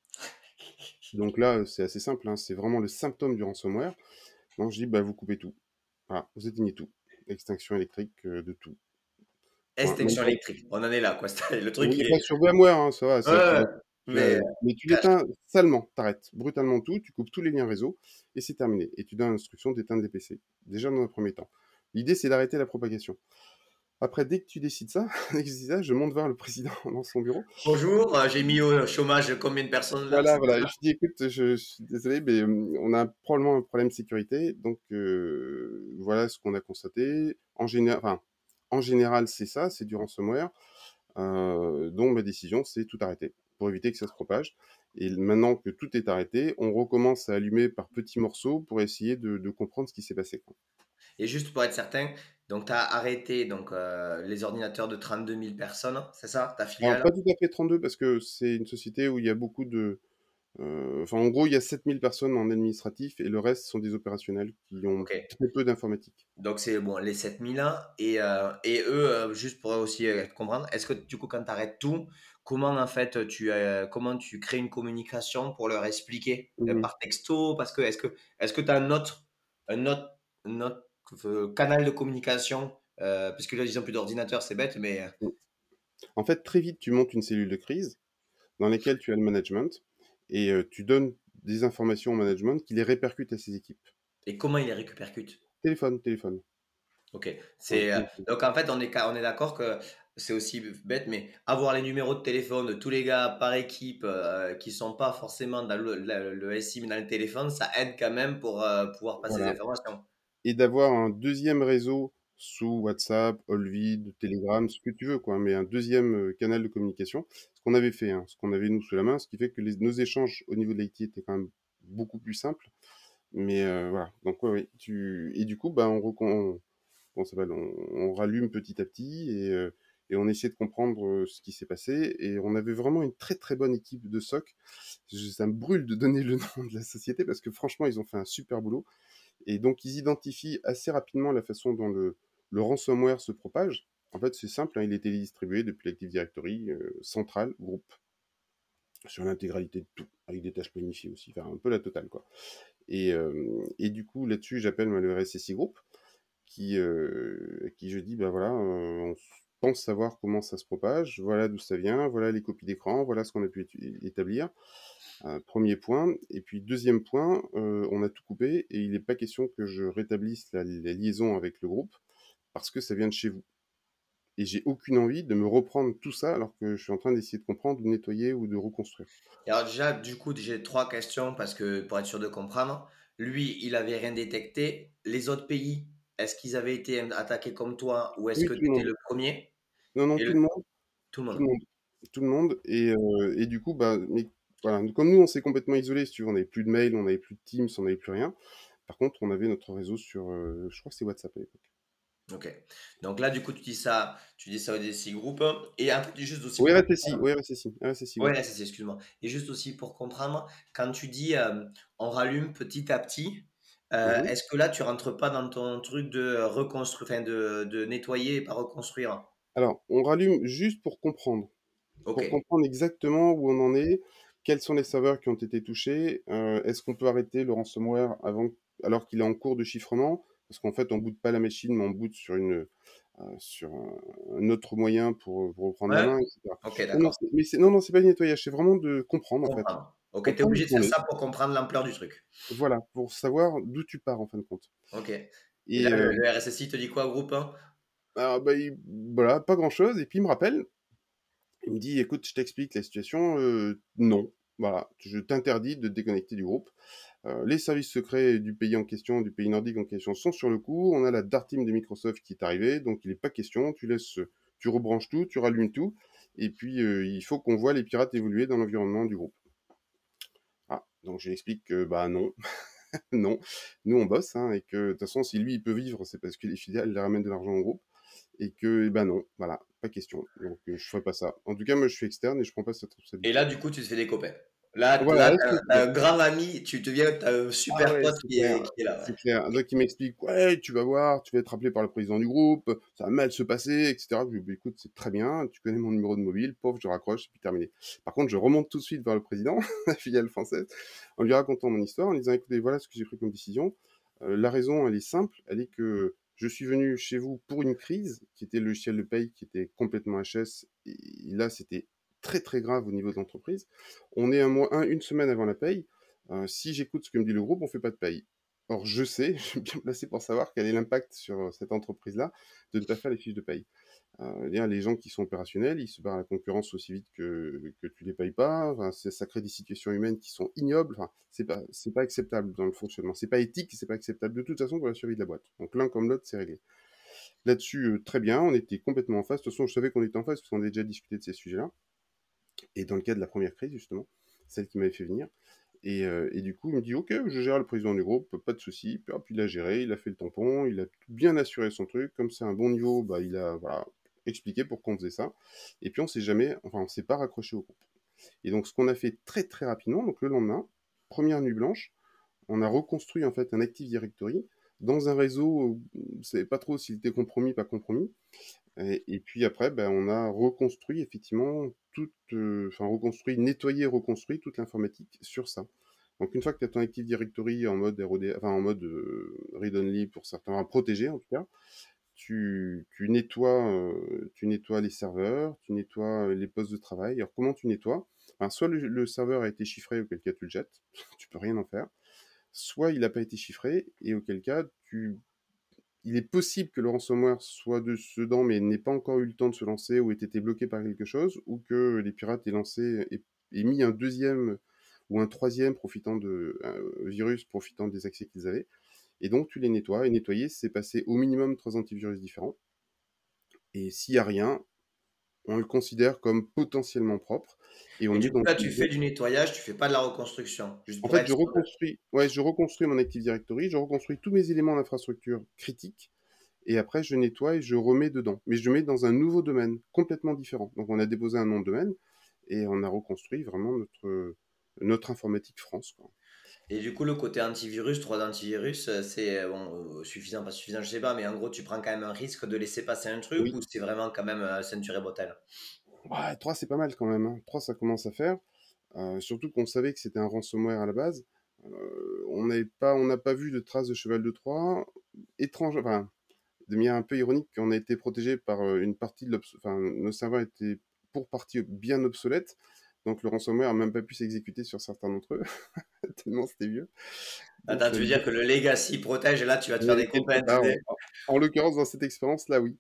A: Donc là, c'est assez simple, hein, c'est vraiment le symptôme du ransomware. Donc je dis, bah, vous coupez tout. Voilà, vous éteignez tout. Extinction électrique de tout. Point. Même
B: Extinction
A: pas,
B: électrique. On en est là, quoi. Le
A: il
B: truc,
A: n'y a
B: il
A: pas
B: est.
A: sur VMware, hein, ça va,
B: Ouais,
A: ça, tu
B: ouais,
A: vas.
B: mais
A: Mais tu
B: cash.
A: l'éteins salement, t'arrêtes brutalement tout, tu coupes tous les liens réseau, et c'est terminé. Et tu donnes l'instruction d'éteindre les PC. Déjà dans un premier temps. L'idée, c'est d'arrêter la propagation. Après, dès que tu décides ça, dès que je dis ça, je monte voir le président dans son bureau.
B: Bonjour, j'ai mis au chômage combien de personnes là?
A: Voilà, voilà. Je dis, écoute, je suis désolé, mais on a probablement un problème de sécurité. Donc, voilà ce qu'on a constaté. En général, c'est ça, c'est du ransomware. Donc, ma décision, c'est tout arrêter pour éviter que ça se propage. Et maintenant que tout est arrêté, on recommence à allumer par petits morceaux pour essayer de comprendre ce qui s'est passé, quoi.
B: Et juste pour être certain, donc tu as arrêté donc, les ordinateurs de 32 000 personnes, c'est ça, ta
A: Alors,
B: filiale?
A: pas tout à fait 32 parce que c'est une société où il y a beaucoup de, enfin, en gros, il y a 7000 personnes en administratif et le reste sont des opérationnels qui ont
B: OK.
A: très peu d'informatique.
B: Donc c'est bon, les 7 000 et eux, juste pour aussi, comprendre, est-ce que du coup quand tu arrêtes tout, comment en fait comment tu crées une communication pour leur expliquer?
A: Mmh.
B: Par texto? Parce que est-ce que tu as un autre canal de communication? Puisque là, ils ont plus d'ordinateur, c'est bête, mais
A: Mmh. En fait, très vite, tu montes une cellule de crise dans laquelle tu as le management et tu donnes des informations au management qui les répercute à ses équipes.
B: et comment ils les répercutent?
A: Téléphone, téléphone.
B: OK.
A: Ouais, téléphone.
B: Donc en fait, on est d'accord que c'est aussi bête, mais avoir les numéros de téléphone de tous les gars par équipe, qui sont pas forcément dans le SI, mais dans le téléphone, ça aide quand même pour, pouvoir passer des
A: Voilà.
B: informations.
A: Et d'avoir un deuxième réseau sous WhatsApp, Allvid, Telegram, ce que tu veux, quoi, mais un deuxième canal de communication. Ce qu'on avait fait, hein, ce qu'on avait nous sous la main, ce qui fait que nos échanges au niveau de l'IT étaient quand même beaucoup plus simples. Mais voilà. Donc ouais, ouais, et du coup, bah, comment ça s'appelle, on rallume petit à petit et on essaie de comprendre ce qui s'est passé. Et on avait vraiment une très très bonne équipe de SOC. Ça me brûle de donner le nom de la société parce que franchement, ils ont fait un super boulot. Et donc, ils identifient assez rapidement la façon dont le ransomware se propage. En fait, c'est simple, hein, il est distribué depuis l'Active Directory central, groupe, sur l'intégralité de tout, avec des tâches planifiées aussi, faire un peu la totale, quoi. Et du coup, là-dessus, j'appelle moi, le RSSI Group, qui je dis, bah voilà, on pense savoir comment ça se propage, voilà d'où ça vient, voilà les copies d'écran, voilà ce qu'on a pu établir. Premier point. Et puis deuxième point, on a tout coupé et il n'est pas question que je rétablisse la liaison avec le groupe parce que ça vient de chez vous. Et j'ai aucune envie de me reprendre tout ça alors que je suis en train d'essayer de comprendre, de nettoyer ou de reconstruire.
B: Et alors déjà, du coup, j'ai 3 questions parce que pour être sûr de comprendre. Lui, il avait rien détecté. Les autres pays, est-ce qu'ils avaient été attaqués comme toi ou est-ce
A: Oui,
B: que
A: tout
B: tu
A: le
B: étais
A: monde.
B: le premier?
A: Non, non,
B: Et
A: tout le monde,
B: tout le
A: tout le
B: monde?
A: monde, tout le monde. Et du coup, bah, mais voilà, comme nous, on s'est complètement isolés, si tu veux, on n'avait plus de mail, on n'avait plus de Teams, on n'avait plus rien. Par contre, on avait notre réseau sur, je crois que c'est WhatsApp à l'époque.
B: OK. Donc là, du coup, tu dis ça au DSI Group et en fait, juste aussi
A: Oui,
B: pour
A: RSSI, oui, RSSI, RSSI
B: ouais,
A: Group.
B: là, excuse-moi et juste aussi pour comprendre, quand tu dis, on rallume petit à petit,
A: Mhm.
B: est-ce que là, tu rentres pas dans ton truc de reconstruire, enfin de nettoyer et pas reconstruire?
A: Alors, on rallume juste pour
B: OK.
A: comprendre exactement où on en est, quels sont les serveurs qui ont été touchés, est-ce qu'on peut arrêter le ransomware alors qu'il est en cours de chiffrement? Parce qu'en fait, on boot pas la machine, mais on boot sur un autre moyen pour reprendre la
B: Ouais.
A: main, etc.
B: OK,
A: Non, non,
B: d'accord.
A: c'est pas du nettoyage, c'est vraiment de comprendre, en fait.
B: Comprendre. OK, tu es
A: Comprendre
B: obligé
A: où
B: de
A: on
B: faire
A: est.
B: ça pour comprendre l'ampleur du truc.
A: Voilà, pour savoir d'où tu pars, en fin de compte.
B: OK et là,
A: Et
B: le RSSI te dit quoi au groupe?
A: alors, bah, voilà, pas grand-chose. Et puis, il me rappelle, il me dit: «Écoute, je t'explique la situation, non, voilà, je t'interdis de te déconnecter du groupe. Les services secrets du pays en question, du pays nordique en question sont sur le coup. On a la Dart Team de Microsoft qui est arrivée, donc il est pas question, tu rebranches tout, tu rallumes tout et puis, il faut qu'on voit les pirates évoluer dans l'environnement du groupe». Ah, donc je lui explique que, bah, non, non, nous on bosse, hein, et que de toute façon si lui il peut vivre, c'est parce que les filiales les ramènent de l'argent au groupe et que, bah, non, voilà, pas question. Donc je ferai pas ça. En tout cas, moi je suis externe et je prends pas cette
B: Et
A: responsabilité.
B: là, du coup, tu te fais des copains. Là
A: Voilà,
B: là,
A: là,
B: tu
A: c'est
B: as un grand ami, tu deviens tu as un
A: ah
B: super
A: ouais,
B: pote
A: c'est
B: qui
A: clair,
B: est là,
A: c'est
B: ouais.
A: clair. Donc il m'explique: «Ouais, tu vas voir, tu vas être rappelé par le président du groupe, ça va mal se passer et cetera». Je lui dis: «Bah, écoute, c'est très bien, tu connais mon numéro de mobile, pof, je raccroche et puis terminé». Par contre, je remonte tout de suite vers le président, la filiale française, en lui racontant mon histoire, en lui disant: «Écoutez, voilà ce que j'ai pris comme décision. La raison, elle est simple, elle est que je suis venu chez vous pour une crise qui était le logiciel de paye qui était complètement HS et là, c'était très, très grave au niveau de l'entreprise. On est une semaine avant la paye. Si j'écoute ce que me dit le groupe, on fait pas de paye. Or, je sais, je suis bien placé pour savoir quel est l'impact sur cette entreprise-là de ne pas faire les fiches de paye. Dire les gens qui sont opérationnels, ils se barrent à la concurrence aussi vite que tu les payes pas. Enfin, ça crée des situations humaines qui sont ignobles. Enfin, c'est pas acceptable dans le fonctionnement. C'est pas éthique, c'est pas acceptable de toute façon pour la survie de la boîte. Donc l'un comme l'autre, c'est réglé. Là-dessus, très bien, on était complètement en phase. De toute façon, je savais qu'on était en phase parce qu'on avait déjà discuté de ces sujets-là. Et dans le cas de la première crise, justement, celle qui m'avait fait venir. Et du coup, il me dit, OK, je gère le président du groupe, pas de souci. Puis hop, il a géré, il a fait le tampon, il a bien assuré son truc. Comme c'est un bon niveau, bah, il a voilà, expliqué pourquoi on faisait ça. Et puis on s'est pas raccroché au groupe. Et donc, ce qu'on a fait très très rapidement, donc le lendemain, première nuit blanche, on a reconstruit en fait un Active Directory dans un réseau, on ne savait pas trop s'il était compromis, pas compromis. Et puis après, ben, on a reconstruit effectivement enfin reconstruit, nettoyé, reconstruit toute l'informatique sur ça. Donc une fois que tu as ton Active Directory en mode ROD, enfin en mode read-only pour certains, enfin, protégé en tout cas, tu nettoies les serveurs, tu nettoies les postes de travail. Alors comment tu nettoies? Enfin, soit le serveur a été chiffré, auquel cas tu le jettes, tu peux rien en faire. Soit il n'a pas été chiffré, et auquel cas il est possible que le ransomware soit dedans, mais n'ait pas encore eu le temps de se lancer, ou ait été bloqué par quelque chose, ou que les pirates aient mis un deuxième ou un troisième virus profitant des accès qu'ils avaient. Et donc tu les nettoies. Et nettoyer, c'est passer au minimum 3 antivirus différents. Et s'il n'y a rien, on le considère comme potentiellement propre. Et on
B: Et
A: le met
B: du coup,
A: dans
B: là,
A: le
B: tu fais du nettoyage, tu fais pas de la reconstruction, juste
A: En
B: pour
A: fait,
B: être sûr de...
A: je reconstruis mon Active Directory, je reconstruis tous mes éléments d'infrastructure critiques, et après, je nettoie et je remets dedans. Mais je mets dans un nouveau domaine, complètement différent. Donc, on a déposé un nom de domaine, et on a reconstruit vraiment notre informatique France, quoi.
B: Et du coup, le côté antivirus, 3 antivirus, c'est bon, suffisant, pas suffisant, je sais pas, mais en gros, tu prends quand même un risque de laisser passer un truc
A: Oui.
B: ou c'est vraiment quand même ceinture et bretelle?
A: Ouais, 3, c'est pas mal quand même, hein. 3, ça commence à faire. Surtout qu'on savait que c'était un ransomware à la base. On n'a pas vu de traces de cheval de Troie. Étrange, enfin, de manière un peu ironique, on a été protégé par une partie de enfin, nos serveurs étaient pour partie bien obsolètes. Donc le ransomware a même pas pu s'exécuter sur certains d'entre eux, tellement c'était vieux. Donc
B: Attends, tu veux dire que le legacy protège et là, tu vas te
A: on a
B: faire des
A: évité trop
B: copains, tu
A: tard, ouais.
B: sais?
A: En l'occurrence, dans cette expérience-là, oui.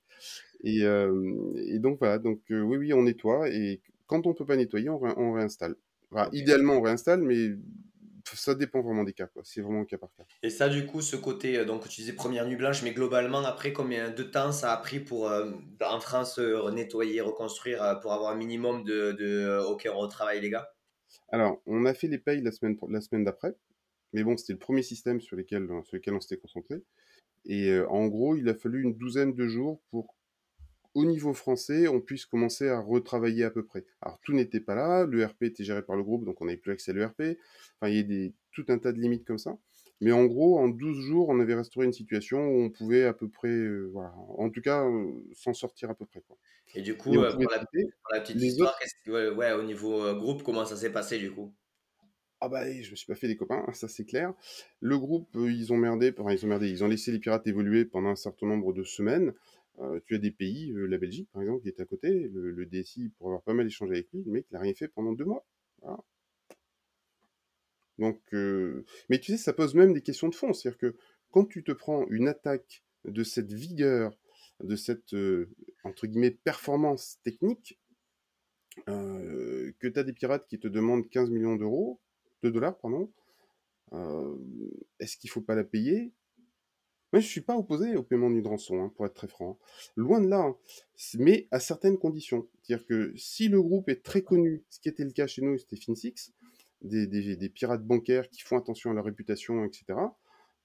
A: Et donc voilà, donc oui, oui, on nettoie, et quand on peut pas nettoyer, on réinstalle. Enfin,
B: Ok.
A: idéalement, on réinstalle, mais ça dépend vraiment des cas, quoi. C'est vraiment cas par cas.
B: Et ça, du coup, ce côté, donc tu disais première nuit blanche, mais globalement, après, combien de temps ça a pris pour, en France, nettoyer, reconstruire, pour avoir un minimum OK, on retravaille les gars?
A: Alors, on a fait les payes la semaine d'après, mais bon, c'était le premier système sur lequel on s'était concentré. Et en gros, il a fallu une douzaine de jours pour, au niveau français, on puisse commencer à retravailler à peu près. Alors, tout n'était pas là, l'ERP était géré par le groupe, donc on n'avait plus accès à l'ERP. Enfin, il y a tout un tas de limites comme ça. Mais en gros, en 12 jours, on avait restauré une situation où on pouvait à peu près, voilà, en tout cas, s'en sortir à peu près, quoi.
B: Et du
A: Et
B: coup,
A: on pouvait traiter.
B: pour la petite
A: Les
B: histoire,
A: autres,
B: qu'est-ce que, ouais, ouais, au niveau groupe, comment ça s'est passé du coup?
A: ah bah, je me suis pas fait des copains, ça c'est clair. Le groupe, ils ont merdé, ils ont laissé les pirates évoluer pendant un certain nombre de semaines. Tu as des pays, la Belgique par exemple, qui est à côté, le DSI, pour avoir pas mal échangé avec lui, le mec, il a rien fait pendant 2 mois. Voilà. Donc, mais tu sais, ça pose même des questions de fond. C'est-à-dire que quand tu te prends une attaque de cette vigueur, de cette, entre guillemets, performance technique, que tu as des pirates qui te demandent 15 millions d'euros, de dollars, pardon, euh, est-ce qu'il faut pas la payer? Moi, je suis pas opposé au paiement d'une rançon, hein, pour être très franc, hein. Loin de là, hein. Mais à certaines conditions. C'est-à-dire que si le groupe est très connu, ce qui était le cas chez nous, c'était FinSix, des pirates bancaires qui font attention à leur réputation, etc.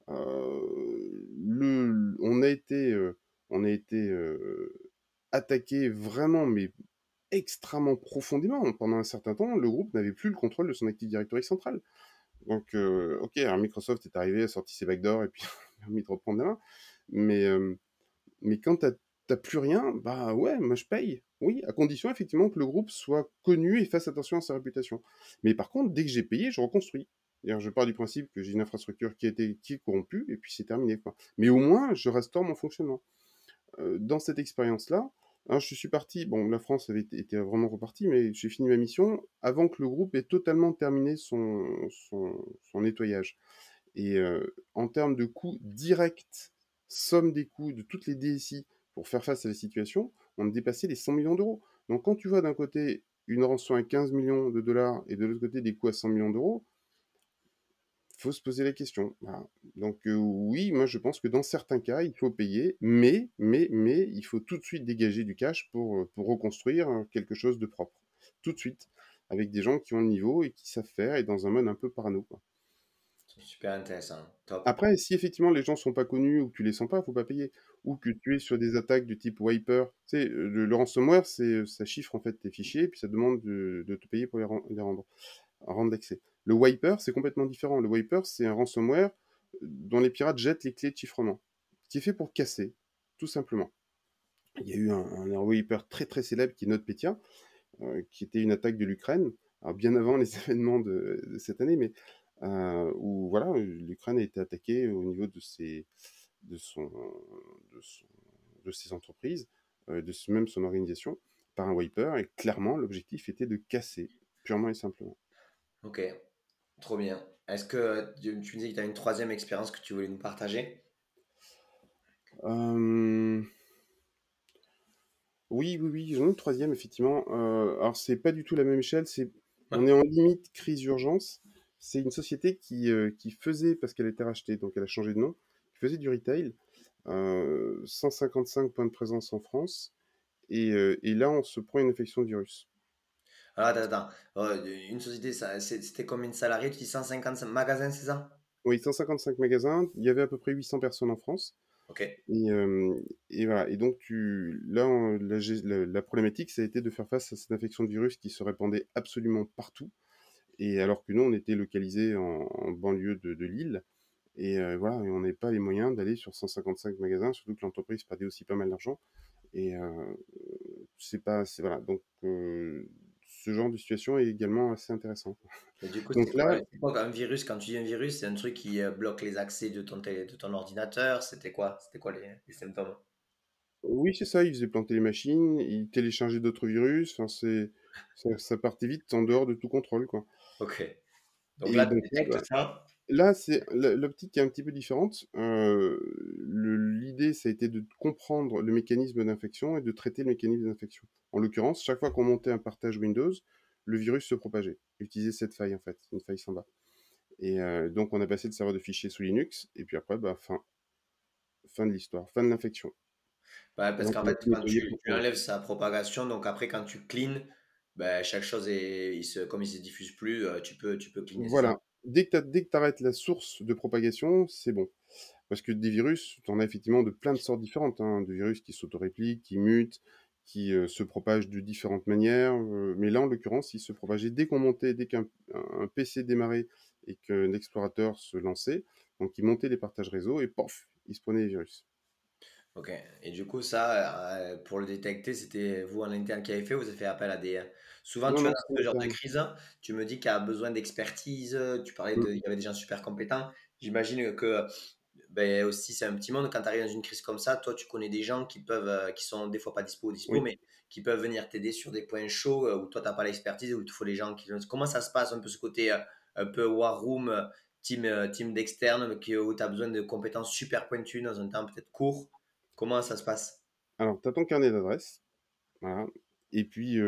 A: On a été attaqué vraiment, mais extrêmement profondément. Pendant un certain temps, le groupe n'avait plus le contrôle de son Active Directory central. Donc, ok, alors Microsoft est arrivé, a sorti ses backdoors, et puis a permis de reprendre la main. Mais, euh, mais quand t'as plus rien, bah ouais, moi je paye. Oui, à condition effectivement que le groupe soit connu et fasse attention à sa réputation. Mais par contre, dès que j'ai payé, je reconstruis. C'est-à-dire, je pars du principe que j'ai une infrastructure qui est corrompue, et puis c'est terminé, quoi. Mais au moins, je restaure mon fonctionnement. Dans cette expérience-là, hein, je suis parti, bon, la France était vraiment repartie, mais j'ai fini ma mission avant que le groupe ait totalement terminé son nettoyage. Et en termes de coûts directs, somme des coûts de toutes les DSI pour faire face à la situation, on dépassait les 100 millions d'euros. Donc quand tu vois d'un côté une rançon à 15 millions de dollars et de l'autre côté des coûts à 100 millions d'euros, faut se poser la question. Voilà. Donc oui, moi je pense que dans certains cas, il faut payer, mais il faut tout de suite dégager du cash pour reconstruire quelque chose de propre. Tout de suite, avec des gens qui ont le niveau et qui savent faire et dans un mode un peu parano, quoi.
B: Super intéressant. Top.
A: Après, si effectivement les gens sont pas connus ou que tu les sens pas, faut pas payer. Ou que tu es sur des attaques du type wiper. Tu sais, le ransomware, ça chiffre en fait tes fichiers, puis ça demande de te payer pour les rendre l'accès. Le wiper, c'est complètement différent. Le wiper, c'est un ransomware dont les pirates jettent les clés de chiffrement, qui est fait pour casser, tout simplement. Il y a eu un wiper très très célèbre qui est NotPetya, qui était une attaque de l'Ukraine, alors bien avant les événements de cette année, mais où voilà, l'Ukraine a été attaquée au niveau de, son, de, son- de ses entreprises, même son organisation, par un wiper, et clairement l'objectif était de casser, purement et simplement.
B: Ok, trop bien. Est-ce que tu me disais que tu as une troisième expérience que tu voulais nous partager?
A: Euh, oui, oui, oui, j'en ai une troisième, effectivement. Alors, c'est pas du tout la même échelle,
B: Ouais.
A: on est en limite crise-urgence. C'est une société qui faisait, parce qu'elle a été rachetée, donc elle a changé de nom, qui faisait du retail, 155 points de présence en France, et là, on se prend une infection de virus.
B: Alors, attends. Une société, c'était combien de salariés? Tu dis 150 magasins, c'est ça?
A: Oui, 155 magasins, il y avait à peu près 800 personnes en France,
B: Ok.
A: et voilà. Et donc, là, la problématique, ça a été de faire face à cette infection de virus qui se répandait absolument partout. Et alors que nous, on était localisé en banlieue de Lille. Et voilà, et on n'avait pas les moyens d'aller sur 155 magasins, surtout que l'entreprise perdait aussi pas mal d'argent. Et c'est pas, c'est voilà. Donc ce genre de situation est également assez intéressant.
B: Et du coup,
A: Donc là,
B: c'était quoi un virus? Quand tu dis un virus, c'est un truc qui bloque les accès de ton ordinateur. C'était quoi? C'était quoi les symptômes?
A: oui, c'est ça, ils faisaient planter les machines, ils téléchargeaient d'autres virus. Enfin, ça partait vite en dehors de tout contrôle, quoi.
B: Ok. Donc
A: Et
B: là, tu
A: donc là,
B: détectes
A: bah,
B: ça.
A: là, c'est l'optique est un petit peu différente. L'idée, ça a été de comprendre le mécanisme d'infection et de traiter le mécanisme d'infection. En l'occurrence, chaque fois qu'on montait un partage Windows, le virus se propageait. Utiliser cette faille, en fait, une faille sans bas. Et donc, on a passé de serveur de fichiers sous Linux, et puis après, bah, fin de l'histoire, fin de l'infection.
B: Ouais,
A: Et
B: parce
A: donc,
B: qu'en
A: on a
B: fait,
A: tout
B: quand
A: nettoyé pour
B: tu
A: trouver.
B: enlèves sa propagation, donc après, quand tu clean, ben, chaque chose comme il se diffuse plus, tu peux cleaner, c'est ça?
A: Voilà. Dès que tu arrêtes la source de propagation, c'est bon. Parce que des virus, tu en as effectivement de plein de sortes différentes, hein, de virus qui s'autorépliquent, qui mutent, qui se propagent de différentes manières. Mais là, en l'occurrence, il se propageait dès qu'on montait, dès qu'un PC démarrait et qu'un explorateur se lançait. Donc, il montait les partages réseau et pof, il se prenait les virus.
B: Ok. Et du coup, ça, pour le détecter, c'était vous en interne qui avez fait ou vous avez fait appel à des... Souvent,
A: Non,
B: tu vois,
A: non,
B: dans
A: c'est
B: ce genre de
A: interne.
B: crise, tu me dis qu'il y a besoin d'expertise, tu parlais
A: Mm.
B: il y avait des gens super compétents. J'imagine que ben, aussi, c'est un petit monde. Quand tu arrives dans une crise comme ça, toi, tu connais des gens qui peuvent, qui sont des fois pas dispo,
A: Oui.
B: mais qui peuvent venir t'aider sur des points chauds où toi, t'as pas l'expertise, où il te faut les gens qui... Comment ça se passe un peu ce côté un peu war room, team d'externes, où tu as besoin de compétences super pointues dans un temps peut-être court? Comment ça se passe?
A: Alors, tu as ton carnet d'adresses. Voilà. Et puis,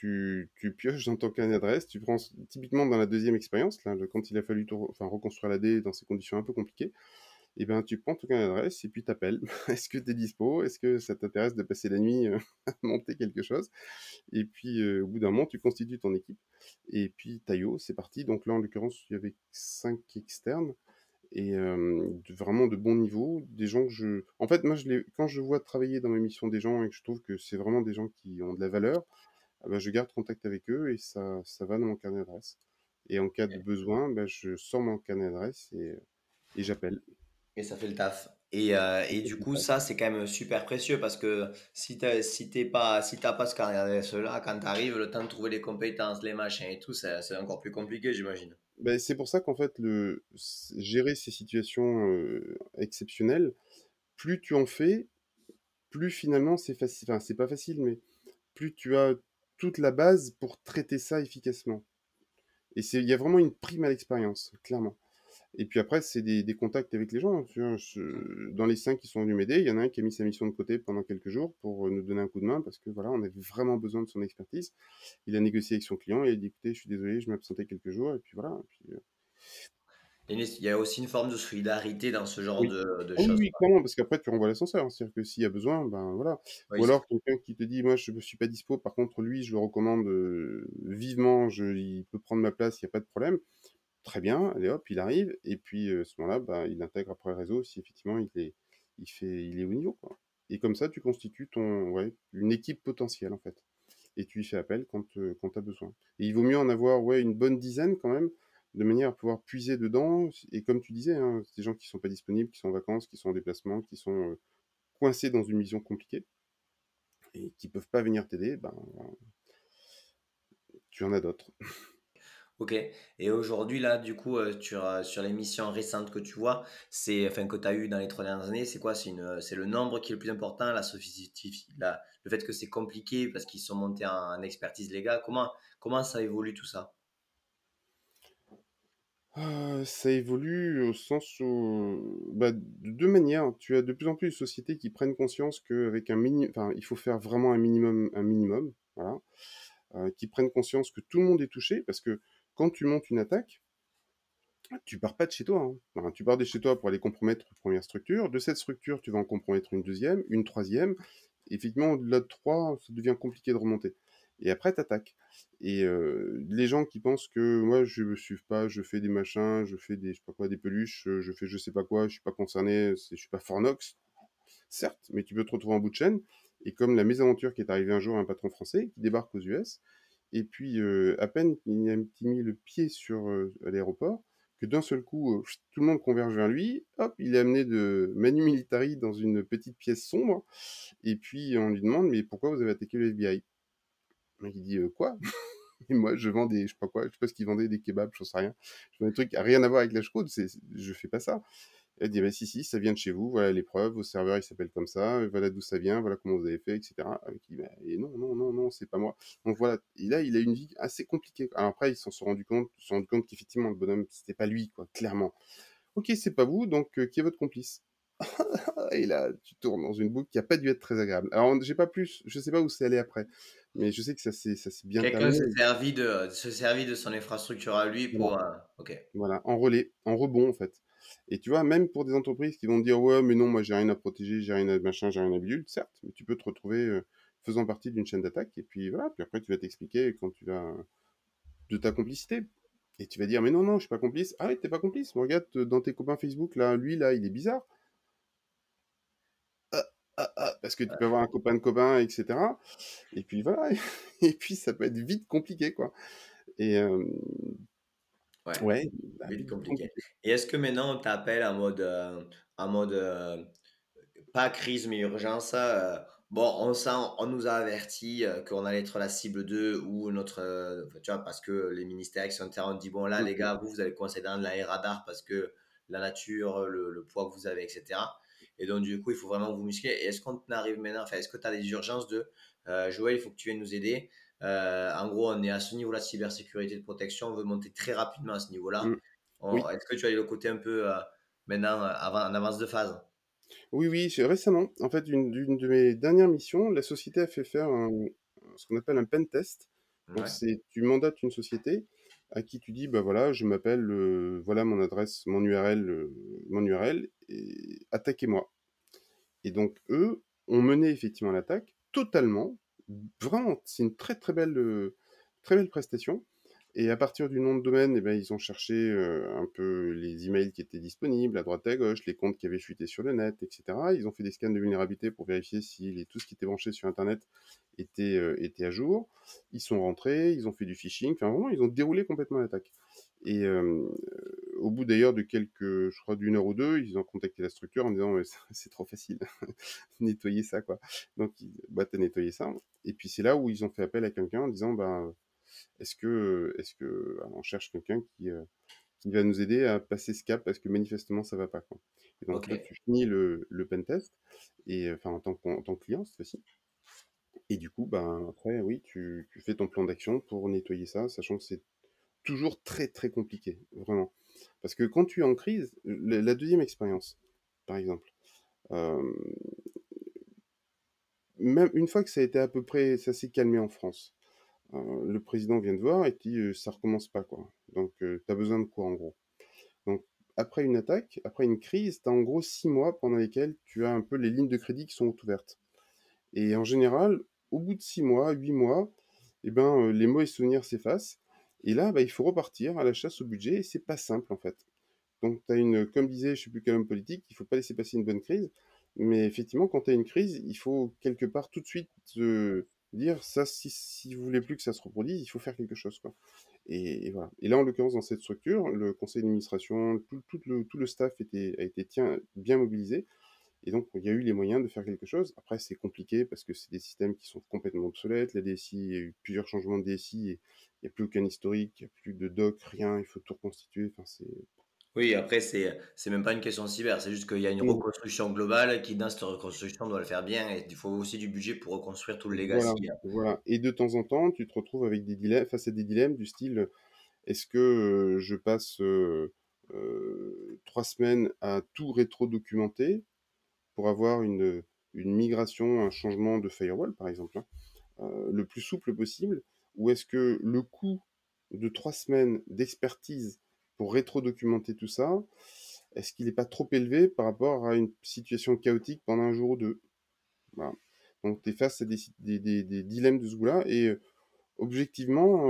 A: tu pioches dans ton carnet d'adresses. Tu prends, typiquement dans la deuxième expérience, là, quand il a fallu enfin, reconstruire la D dans ces conditions un peu compliquées. Et ben, tu prends ton carnet d'adresse et puis t'appelles. Est-ce que tu es dispo? Est-ce que ça t'intéresse de passer la nuit à monter quelque chose? Et puis, au bout d'un moment, tu constitues ton équipe. Et puis, Taillot, c'est parti. Donc là, en l'occurrence, il y avait 5 externes et vraiment de bon niveau. Des gens que je... En fait, moi, quand je vois travailler dans ma mission des gens et que je trouve que c'est vraiment des gens qui ont de la valeur, ah bah, je garde contact avec eux et ça va dans mon carnet d'adresse. Et en cas de besoin, bah, je sors mon carnet d'adresse et j'appelle.
B: Et ça fait le taf. Et du coup, ça, c'est quand même super précieux parce que si t'as pas ce carnet-là, quand t'arrives, le temps de trouver les compétences, les machins et tout, c'est encore plus compliqué, j'imagine.
A: Ben, c'est pour ça qu'en fait, gérer ces situations exceptionnelles, plus tu en fais, plus finalement c'est facile. Enfin, c'est pas facile, mais plus tu as toute la base pour traiter ça efficacement. Et il y a vraiment une prime à l'expérience, clairement. Et puis après, c'est des contacts avec les gens. Tu vois, dans les 5 qui sont venus m'aider, il y en a un qui a mis sa mission de côté pendant quelques jours pour nous donner un coup de main parce que voilà, on avait vraiment besoin de son expertise. Il a négocié avec son client et il a dit écoutez, je suis désolé, je m'absentais quelques jours. Et puis voilà. Et puis,
B: Il y a aussi une forme de solidarité dans ce genre
A: oui.
B: de
A: Ah oui,
B: choses,
A: oui,
B: quoi.
A: clairement, parce qu'après, tu renvoies l'ascenseur, hein. C'est-à-dire que s'il y a besoin, ben voilà.
B: Oui,
A: Ou
B: c'est ça.
A: alors quelqu'un qui te dit moi, je ne suis pas dispo, par contre, lui, je le recommande vivement, il peut prendre ma place, il n'y a pas de problème. Très bien, allez hop, il arrive, et puis à ce moment-là, bah, il intègre après le réseau si effectivement il est au niveau, quoi. Et comme ça, tu constitues ouais, une équipe potentielle en fait. Et tu y fais appel quand tu as besoin. Et il vaut mieux en avoir ouais, une bonne dizaine quand même, de manière à pouvoir puiser dedans. Et comme tu disais, hein, c'est des gens qui sont pas disponibles, qui sont en vacances, qui sont en déplacement, qui sont coincés dans une mission compliquée et qui peuvent pas venir t'aider, ben, tu en as d'autres.
B: Ok. Et aujourd'hui, là, du coup, sur les missions récentes que tu vois, enfin, que tu as eues dans les 3 dernières années, c'est quoi? C'est le nombre qui est le plus important, la sophistication, le fait que c'est compliqué parce qu'ils sont montés en expertise légale. Comment ça évolue tout ça?
A: Ça évolue au sens où, bah, de deux manières. Tu as de plus en plus de sociétés qui prennent conscience qu'avec enfin, il faut faire vraiment un minimum, voilà, qui prennent conscience que tout le monde est touché, parce que quand tu montes une attaque, tu pars pas de chez toi, hein. Enfin, tu pars de chez toi pour aller compromettre une première structure. De cette structure, tu vas en compromettre une deuxième, une troisième. Effectivement, au-delà de trois, ça devient compliqué de remonter. Et après, t'attaques. Et les gens qui pensent que moi, je me suis pas, je fais des machins, je fais des, je sais pas quoi, des peluches, je fais je sais pas quoi, je suis pas concerné, je suis pas Fornox, certes, mais tu peux te retrouver en bout de chaîne. Et comme la mésaventure qui est arrivée un jour à un patron français qui débarque aux US, et puis à peine il a mis le pied sur l'aéroport, que d'un seul coup, tout le monde converge vers lui, hop, il est amené de Manu Militari dans une petite pièce sombre, et puis on lui demande, mais pourquoi vous avez attaqué le FBI? Il dit, quoi? Et moi, je vends des, je sais pas quoi, je sais pas ce qu'il vendait, des kebabs, je sais rien. Je vends des trucs qui n'ont rien à voir avec la chaude, je fais pas ça. Elle dit, bah, si, si, ça vient de chez vous, voilà les preuves, vos serveurs, ils s'appellent comme ça, voilà d'où ça vient, voilà comment vous avez fait, etc. Avec qui, bah, et non, non, non, non, c'est pas moi. Donc voilà. Et là, il a une vie assez compliquée. Alors après, ils s'en sont rendu compte qu'effectivement, le bonhomme, c'était pas lui, quoi, clairement. Ok, c'est pas vous, donc qui est votre complice? Et là, tu tournes dans une boucle qui a pas dû être très agréable. Alors, j'ai pas plus, je sais pas où c'est allé après, mais je sais que ça s'est bien
B: Quelqu'un
A: terminé.
B: s'est servi de son infrastructure à lui
A: Voilà.
B: pour. Ok.
A: Voilà, en relais, en rebond en fait. Et tu vois, même pour des entreprises qui vont te dire ouais, mais non, moi j'ai rien à protéger, j'ai rien à machin, j'ai rien à bidule, certes, mais tu peux te retrouver faisant partie d'une chaîne d'attaque et puis voilà, puis après tu vas t'expliquer quand tu vas de ta complicité. Et tu vas dire mais non, non, je suis pas complice. Ah oui, t'es pas complice. Mais regarde dans tes copains Facebook là, lui là, il est bizarre. Ah, parce que tu peux avoir un copain de copain, etc. Et puis voilà, et puis ça peut être vite compliqué quoi. Et
B: Ouais,
A: ouais, bah,
B: vite
A: vite
B: compliqué.
A: compliqué.
B: Et est-ce que maintenant on t'appelle en mode pas crise mais urgence. Bon, on nous a averti qu'on allait être la cible 2 ou tu vois, parce que les ministères etc. ont dit bon là les
A: Mhm.
B: gars, vous allez coincer dans les radars parce que la nature, le poids que vous avez, etc. Et donc du coup, il faut vraiment vous muscler. Et est-ce qu'on arrive maintenant, enfin, est-ce que tu as des urgences de Joël, il faut que tu viennes nous aider. En gros, on est à ce niveau-là de cybersécurité de protection, on veut monter très rapidement à ce niveau-là.
A: Mm. Oui.
B: Est-ce que tu as le côté un peu maintenant en avance de phase?
A: Oui, oui, récemment, en fait, d'une de mes dernières missions, la société a fait faire ce qu'on appelle un pen test. Donc,
B: Ouais.
A: tu mandates une société à qui tu dis, bah voilà, je m'appelle, voilà mon adresse, mon URL, et attaquez-moi. Et donc, eux ont mené effectivement l'attaque totalement. Vraiment, c'est une très belle prestation. Et à partir du nom de domaine, eh ben, ils ont cherché un peu les emails qui étaient disponibles à droite et à gauche, les comptes qui avaient fuité sur le net, etc. Ils ont fait des scans de vulnérabilité pour vérifier si tout ce qui était branché sur Internet était à jour. Ils sont rentrés, ils ont fait du phishing. Enfin, vraiment, ils ont déroulé complètement l'attaque. Et au bout d'ailleurs de je crois d'une heure ou deux, ils ont contacté la structure en disant c'est trop facile, nettoyer ça quoi. Donc bah t'as nettoyé ça. Et puis c'est là où ils ont fait appel à quelqu'un en disant bah est-ce que on cherche quelqu'un qui va nous aider à passer ce cap parce que manifestement ça va pas quoi. Et donc
B: Ok.
A: là tu finis le pen test et enfin en tant que client cette fois-ci. Et du coup ben après oui tu fais ton plan d'action pour nettoyer ça, sachant que c'est toujours très très compliqué vraiment. Parce que quand tu es en crise, la deuxième expérience, par exemple, euh, même une fois que ça a été à peu près, ça s'est calmé en France, le président vient te voir et te dit ça recommence pas, quoi. Donc, tu as besoin de quoi, en gros? Donc, après une attaque, après une crise, tu as en gros 6 mois pendant lesquels tu as un peu les lignes de crédit qui sont ouvertes. Et en général, au bout de 6 mois, 8 mois, eh ben, les mauvais souvenirs s'effacent. Et là, bah, il faut repartir à la chasse au budget et c'est pas simple, en fait. Donc, tu as comme disait, je sais plus quel homme politique, il faut pas laisser passer une bonne crise. Mais effectivement, quand tu as une crise, il faut quelque part tout de suite dire ça, si vous voulez plus que ça se reproduise, il faut faire quelque chose, quoi. Et voilà. Et là, en l'occurrence, dans cette structure, le conseil d'administration, tout le staff a été bien mobilisé. Et donc, il y a eu les moyens de faire quelque chose. Après, c'est compliqué parce que c'est des systèmes qui sont complètement obsolètes. La DSI, il y a eu plusieurs changements de DSI et il n'y a plus aucun historique, il n'y a plus de doc, rien, il faut tout reconstituer. Enfin, c'est...
B: Oui, après, c'est même pas une question cyber, c'est juste qu'il y a une
A: Mm.
B: reconstruction globale qui, dans cette reconstruction, doit le faire bien et il faut aussi du budget pour reconstruire tout le
A: Voilà,
B: legacy.
A: voilà. Et de temps en temps, tu te retrouves avec des dilemmes, face à des dilemmes du style, est-ce que je passe 3 semaines à tout rétro-documenter pour avoir une migration, un changement de firewall, par exemple, hein, le plus souple possible, ou est-ce que le coût de 3 semaines d'expertise pour rétro-documenter tout ça, est-ce qu'il n'est pas trop élevé par rapport à une situation chaotique pendant un jour ou deux? Voilà. Donc, tu es face à des dilemmes de ce goût-là, et objectivement,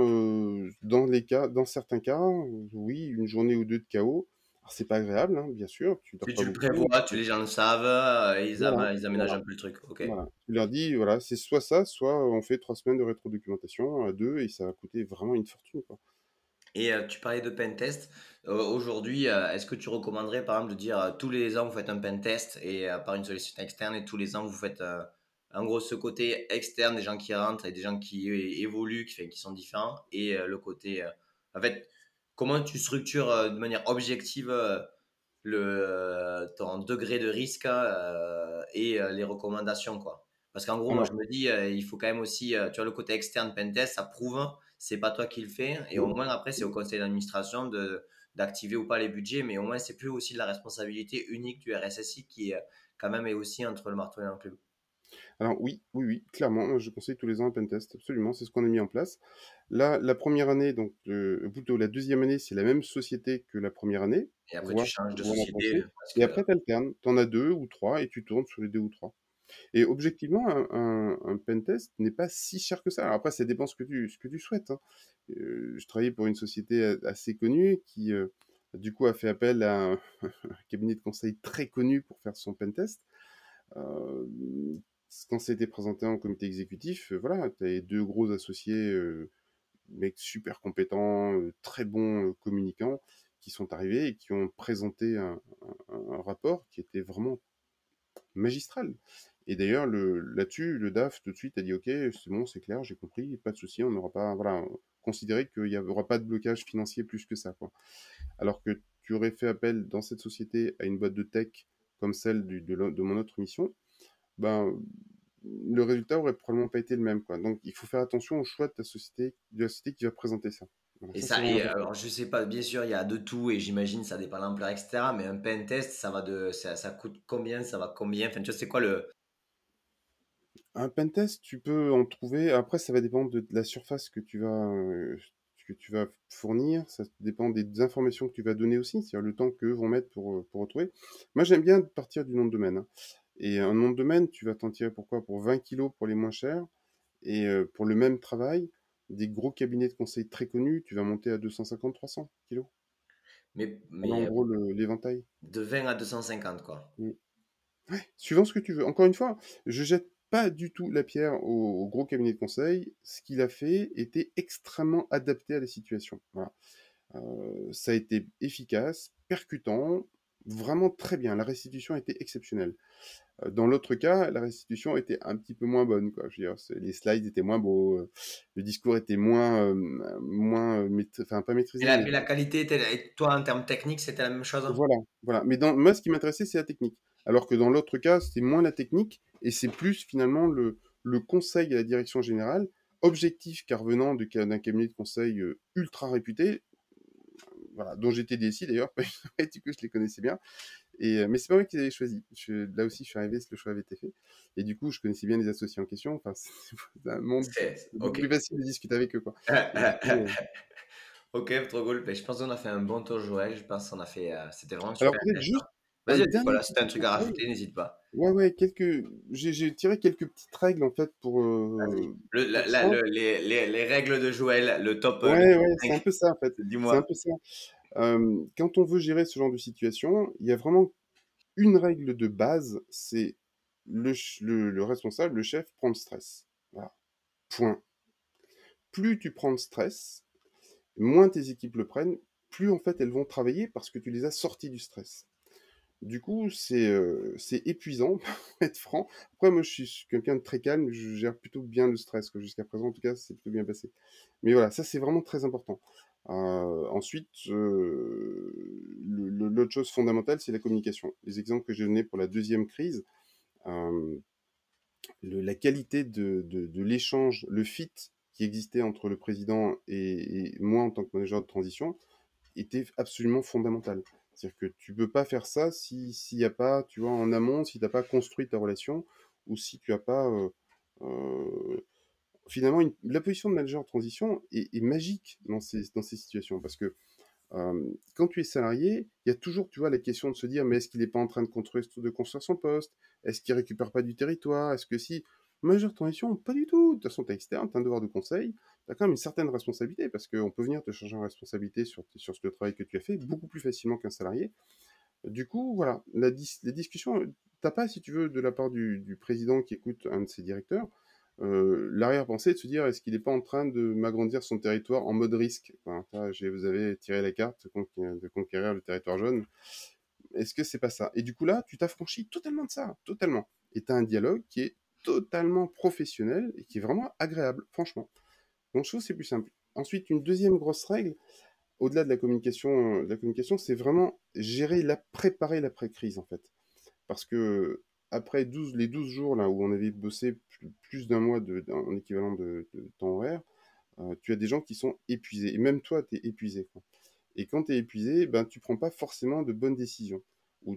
A: dans certains cas, oui, une journée ou deux de chaos. Alors, c'est pas agréable, hein, bien sûr, tu dors
B: Si
A: pas
B: tu le
A: beaucoup.
B: prévois, les gens le savent,
A: Voilà,
B: ils aménagent
A: voilà.
B: un peu le truc. Ok.
A: Voilà. Tu leur dis, voilà, c'est soit ça, soit on fait 3 semaines de rétro-documentation à deux et ça va coûter vraiment une fortune, quoi.
B: Et tu parlais de pen test. Aujourd'hui, est-ce que tu recommanderais par exemple de dire tous les ans vous faites un pen test et par une solution externe et tous les ans vous faites en gros ce côté externe des gens qui rentrent et des gens qui évoluent, qui sont différents et le côté en fait comment tu structures de manière objective ton degré de risque et les recommandations quoi. Parce qu'en gros moi je
A: Alors,
B: me dis il faut quand même aussi tu vois le côté externe pen test ça prouve c'est pas toi qui le fais. Et au
A: oui.
B: moins, après, c'est au conseil d'administration d'activer ou pas les budgets. Mais au moins, c'est plus aussi de la responsabilité unique du RSSI qui, quand même, est aussi entre le marteau et l'enclume.
A: Alors oui, oui, oui, clairement, moi je conseille tous les ans un pentest, absolument, c'est ce qu'on a mis en place. Là, la première année, donc plutôt la deuxième année, c'est la même société que la première année,
B: Et après, tu
A: voir
B: changes de
A: voir la
B: société
A: pensée.
B: parce
A: Et
B: que.
A: après, tu alternes, tu en as deux ou trois et tu tournes sur les deux ou trois. Et objectivement, un pentest n'est pas si cher que ça. Alors après, ça dépend ce que tu souhaites, hein. Je travaillais pour une société assez connue qui, du coup, a fait appel à un, un cabinet de conseil très connu pour faire son pentest. Euh, Quand c'était présenté en comité exécutif, voilà, tu avais deux gros associés, mecs super compétents, très bons communicants, qui sont arrivés et qui ont présenté un rapport qui était vraiment magistral. Et d'ailleurs, là-dessus, le DAF tout de suite a dit ok, c'est bon, c'est clair, j'ai compris, pas de souci, on n'aura pas, voilà, considérer qu'il n'y aura pas de blocage financier plus que ça, quoi. Alors que tu aurais fait appel dans cette société à une boîte de tech comme celle de mon autre mission, ben, le résultat aurait probablement pas été le même, quoi. Donc, il faut faire attention au choix de la société qui va présenter ça. Voilà,
B: Et
A: ça, c'est
B: ça,
A: vraiment
B: et
A: important.
B: alors je sais pas, bien sûr, il y a de tout et j'imagine ça dépend de l'ampleur, etc. Mais un pen test, ça coûte combien, ça va combien? Enfin, tu vois, c'est quoi le.
A: Un pentest, tu peux en trouver. Après, ça va dépendre de la surface que tu vas fournir. Ça dépend des informations que tu vas donner aussi, c'est-à-dire le temps qu'eux vont mettre pour retrouver. Moi, j'aime bien partir du nom de domaine, hein. Et un nom de domaine, tu vas t'en tirer pourquoi? Pour 20 kilos pour les moins chers. Et pour le même travail, des gros cabinets de conseil très connus, tu vas monter à 250-300 kilos. Voilà en
B: Mais
A: gros l'éventail.
B: de 20 à 250, quoi.
A: Mm. Suivant ce que tu veux. Encore une fois, je jette pas du tout la pierre au gros cabinet de conseil. Ce qu'il a fait était extrêmement adapté à la situation. Voilà. Ça a été efficace, percutant, vraiment très bien. La restitution a été exceptionnelle. Dans l'autre cas, la restitution était un petit peu moins bonne, quoi. Je veux dire, les slides étaient moins beaux, le discours était enfin pas
B: Et
A: maîtrisé,
B: la,
A: mais
B: mais la qualité était, et toi, en termes techniques, c'était la même chose?
A: voilà, voilà. Mais moi, ce qui m'intéressait, c'est la technique. Alors que dans l'autre cas, c'était moins la technique et c'est plus finalement le conseil à la direction générale, objectif car venant d'un cabinet de conseil ultra réputé, voilà, dont j'étais DSI d'ailleurs, et du coup, je les connaissais bien. Mais c'est pas moi qui les avais choisis. Là aussi, je suis arrivé, le choix avait été fait. Et du coup, je connaissais bien les associés en question. Enfin, c'est un monde beaucoup
B: Ok.
A: plus facile de discuter avec eux, quoi. Et du coup,
B: Ok, trop cool. Ben, je pense qu'on a fait un bon tour, Joël. Je pense qu'on a fait. C'était vraiment
A: alors
B: super
A: peut-être
B: intéressant.
A: juste un
B: Vas-y,
A: dernier
B: Nicolas, si t'as un
A: petit
B: truc à
A: conseil.
B: rajouter, n'hésite pas.
A: Ouais, ouais, j'ai tiré quelques petites règles, en fait,
B: Vas-y.
A: pour ça.
B: Les règles de Joël, le
A: Ouais,
B: top
A: ouais, c'est un
B: 5.
A: peu ça, en fait. C'est un
B: Dis-moi.
A: peu ça. Quand on veut gérer ce genre de situation, il y a vraiment une règle de base, c'est le responsable, le chef, prend le stress. Voilà. Point. Plus tu prends de stress, moins tes équipes le prennent, plus en fait elles vont travailler parce que tu les as sortis du stress. Du coup, c'est épuisant, pour être franc. Après, moi, je suis quelqu'un de très calme, je gère plutôt bien le stress, quoi. Jusqu'à présent, en tout cas, c'est plutôt bien passé. Mais voilà, ça, c'est vraiment très important. Ensuite, l'autre chose fondamentale, c'est la communication. Les exemples que j'ai donnés pour la deuxième crise, euh, la qualité de l'échange, le fit qui existait entre le président et moi en tant que manager de transition était absolument fondamental. C'est-à-dire que tu peux pas faire ça s'il n'y a pas, tu vois, en amont, si tu n'as pas construit ta relation ou si tu n'as pas euh, finalement la position de manager en transition est magique dans ces situations parce que quand tu es salarié, il y a toujours, tu vois, la question de se dire, mais est-ce qu'il n'est pas en train de construire son poste? Est-ce qu'il récupère pas du territoire? Est-ce que si... Majeure transition, pas du tout. De toute façon, tu es externe, tu as un devoir de conseil, tu as quand même une certaine responsabilité, parce qu'on peut venir te changer en responsabilité sur le travail que tu as fait beaucoup plus facilement qu'un salarié. Du coup, voilà, les discussions, t'as pas, si tu veux, de la part du président qui écoute un de ses directeurs, l'arrière-pensée de se dire est-ce qu'il n'est pas en train de m'agrandir son territoire en mode risque. Enfin, vous avez tiré la carte de conquérir le territoire jaune. Est-ce que c'est pas ça? Et du coup là, tu t'affranchis totalement de ça, totalement. Et tu as un dialogue qui est totalement professionnel et qui est vraiment agréable, franchement. Donc je trouve que c'est plus simple. Ensuite, une deuxième grosse règle, au-delà de la communication, c'est vraiment préparer l'après-crise, en fait. Parce que après les 12 jours là où on avait bossé plus d'un mois en équivalent de temps horaire, tu as des gens qui sont épuisés. Et même toi, tu es épuisé, quoi. Et quand tu es épuisé, ben, tu prends pas forcément de bonnes décisions. Ou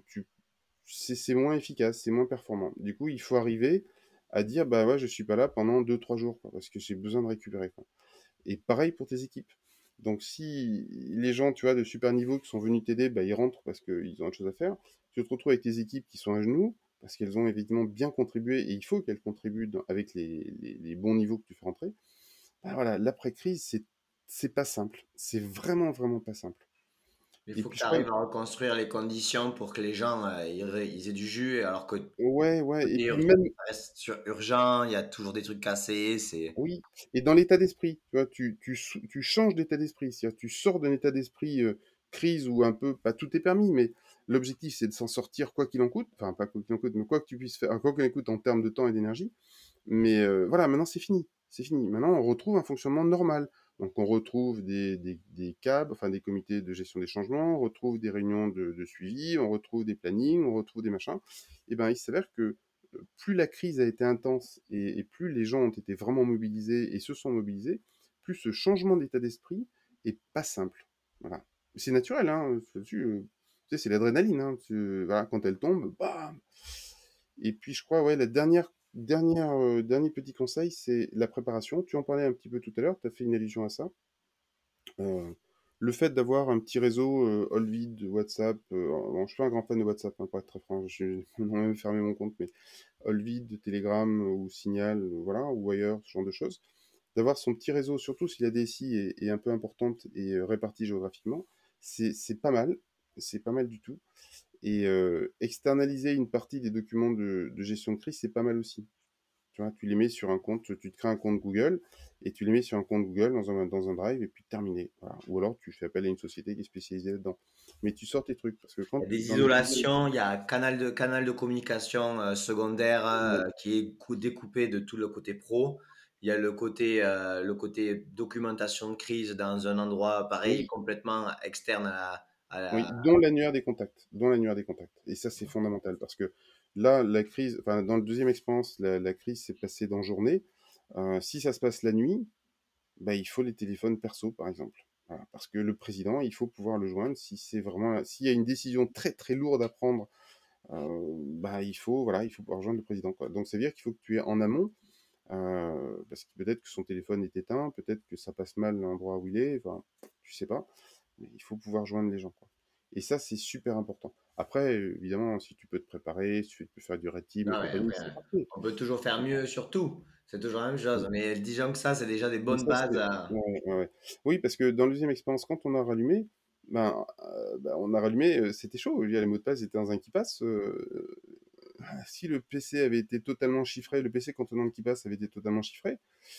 A: c'est moins efficace, c'est moins performant. Du coup, il faut arriver à dire, bah ouais, je suis pas là pendant 2 3 jours, quoi, parce que j'ai besoin de récupérer, quoi. Et pareil pour tes équipes. Donc si les gens, tu vois, de super niveau qui sont venus t'aider, bah, ils rentrent parce qu'ils ont autre chose à faire. Tu te retrouves avec tes équipes qui sont à genoux parce qu'elles ont évidemment bien contribué et il faut qu'elles contribuent avec les bons niveaux que tu fais rentrer. Bah, voilà, l'après-crise, c'est pas simple. C'est vraiment, vraiment pas simple.
B: Il
A: Et
B: faut que
A: puis
B: tu
A: je crois,
B: arrives à reconstruire les conditions pour que les gens ils aient du jus, alors que
A: ouais, ouais, et
B: côté
A: puis
B: urgent,
A: même,
B: ça reste urgent, il y a toujours des trucs cassés. C'est
A: oui, et dans l'état d'esprit, tu vois, tu changes d'état d'esprit, c'est-à-dire tu sors d'un état d'esprit crise où un peu, pas tout est permis, mais l'objectif c'est de s'en sortir quoi qu'il en coûte, enfin pas quoi qu'il en coûte, mais quoi que tu puisses faire, quoi qu'il en coûte en termes de temps et d'énergie. Mais voilà, maintenant c'est fini, c'est fini. Maintenant on retrouve un fonctionnement normal. Donc on retrouve des CAB, enfin des comités de gestion des changements, on retrouve des réunions de suivi, on retrouve des plannings, on retrouve des machins. Et ben il s'avère que plus la crise a été intense et plus les gens ont été vraiment mobilisés et se sont mobilisés, plus ce changement d'état d'esprit est pas simple. Voilà. C'est naturel, hein. Tu sais, c'est l'adrénaline, hein. Voilà, quand elle tombe, bam. Et puis je crois, ouais, dernier petit conseil, c'est la préparation. Tu en parlais un petit peu tout à l'heure, tu as fait une allusion à ça. Euh, le fait d'avoir un petit réseau Olvid, WhatsApp, bon, je suis pas un grand fan de WhatsApp, hein, pour être très franc, j'ai même fermé mon compte, mais Olvid, Telegram ou Signal, voilà, ou ailleurs, ce genre de choses. D'avoir son petit réseau, surtout si la DSI est un peu importante et répartie géographiquement, c'est pas mal, c'est pas mal du tout. Et externaliser une partie des documents de gestion de crise, c'est pas mal aussi. Tu vois, tu les mets sur un compte, tu te crées un compte Google et tu les mets sur un compte Google dans un drive et puis terminé. Voilà. Ou alors tu fais appel à une société qui est spécialisée là-dedans. Mais tu sors tes trucs parce que
B: Il y
A: quand
B: a des
A: dans le deuxième,
B: isolations, il y a canal de communication secondaire
A: ouais,
B: qui est découpé de tout le côté pro. Il y a le côté documentation de crise dans un endroit pareil,
A: oui,
B: complètement externe à
A: oui,
B: la-
A: dont l'annuaire des contacts. Et ça, c'est fondamental parce que là, la crise, enfin, dans le deuxième expérience, la crise s'est passée dans journée. Si ça se passe la nuit, bah, il faut les téléphones perso, par exemple. Voilà, parce que le président, il faut pouvoir le joindre si c'est vraiment, s'il y a une décision très très lourde à prendre, bah, il faut pouvoir joindre le président, quoi. Donc, ça veut dire qu'il faut que tu es en amont, parce que peut-être que son téléphone est éteint, peut-être que ça passe mal l'endroit où il est, enfin, tu sais pas, mais il faut pouvoir joindre les gens, quoi. Et ça, c'est super important. Après, évidemment, si tu peux te préparer, si tu peux faire du red team et
B: Non, mais
A: compagnie, c'est parfait.
B: on peut toujours faire mieux sur tout. C'est toujours la même chose. Mais disons que ça, c'est déjà des
A: Mais
B: bonnes
A: ça,
B: bases
A: c'est
B: à...
A: ouais, ouais, ouais. Oui, parce que dans la deuxième expérience, quand on a rallumé, on a rallumé, c'était chaud. Je veux dire, les mots de passe étaient dans un qui passe. Si le PC avait été totalement chiffré, le PC contenant le qui passe avait été totalement chiffré,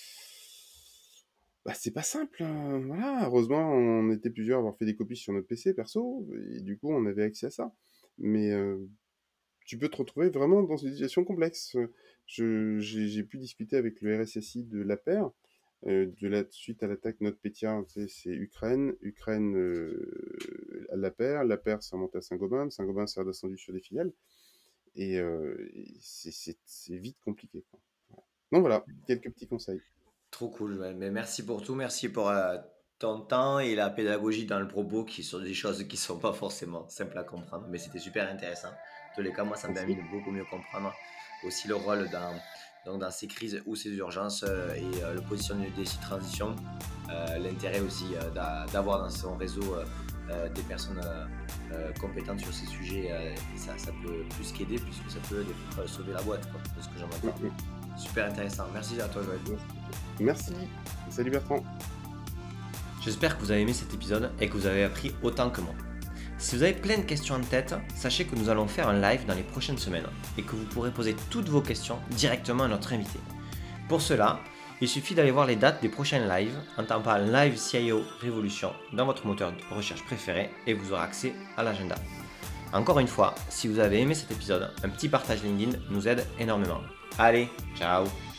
A: bah, c'est pas simple, voilà. Heureusement, on était plusieurs à avoir fait des copies sur notre PC perso, et du coup, on avait accès à ça. Mais tu peux te retrouver vraiment dans une situation complexe. J'ai pu discuter avec le RSSI de l'APER, suite à l'attaque NotPetya, tu sais, c'est Ukraine à l'APER c'est remonté à Saint-Gobain, Saint-Gobain c'est redescendu sur des filiales, et c'est vite compliqué, quoi. Voilà. Donc voilà, quelques petits conseils.
B: Trop cool, ouais. Mais merci pour tout, merci pour ton temps et la pédagogie dans le propos qui sont des choses qui sont pas forcément simples à comprendre, mais c'était super intéressant. En tous les cas, moi, ça m'a permis
A: Merci.
B: de beaucoup mieux comprendre aussi le rôle donc dans ces crises ou ces urgences le positionnement des sites transition, l'intérêt aussi d'avoir dans son réseau des personnes compétentes sur ces sujets, et ça peut plus qu'aider puisque ça peut des fois sauver la boîte, quoi, de ce que j'en
A: Mm,
B: entends.
A: mm.
B: Super intéressant. Merci à toi, Joël.
A: Merci. Salut Bertrand.
B: J'espère que vous avez aimé cet épisode et que vous avez appris autant que moi. Si vous avez plein de questions en tête, sachez que nous allons faire un live dans les prochaines semaines et que vous pourrez poser toutes vos questions directement à notre invité. Pour cela, il suffit d'aller voir les dates des prochains lives en tapant Live CIO Révolution dans votre moteur de recherche préféré et vous aurez accès à l'agenda. Encore une fois, si vous avez aimé cet épisode, un petit partage LinkedIn nous aide énormément. Allez, ciao!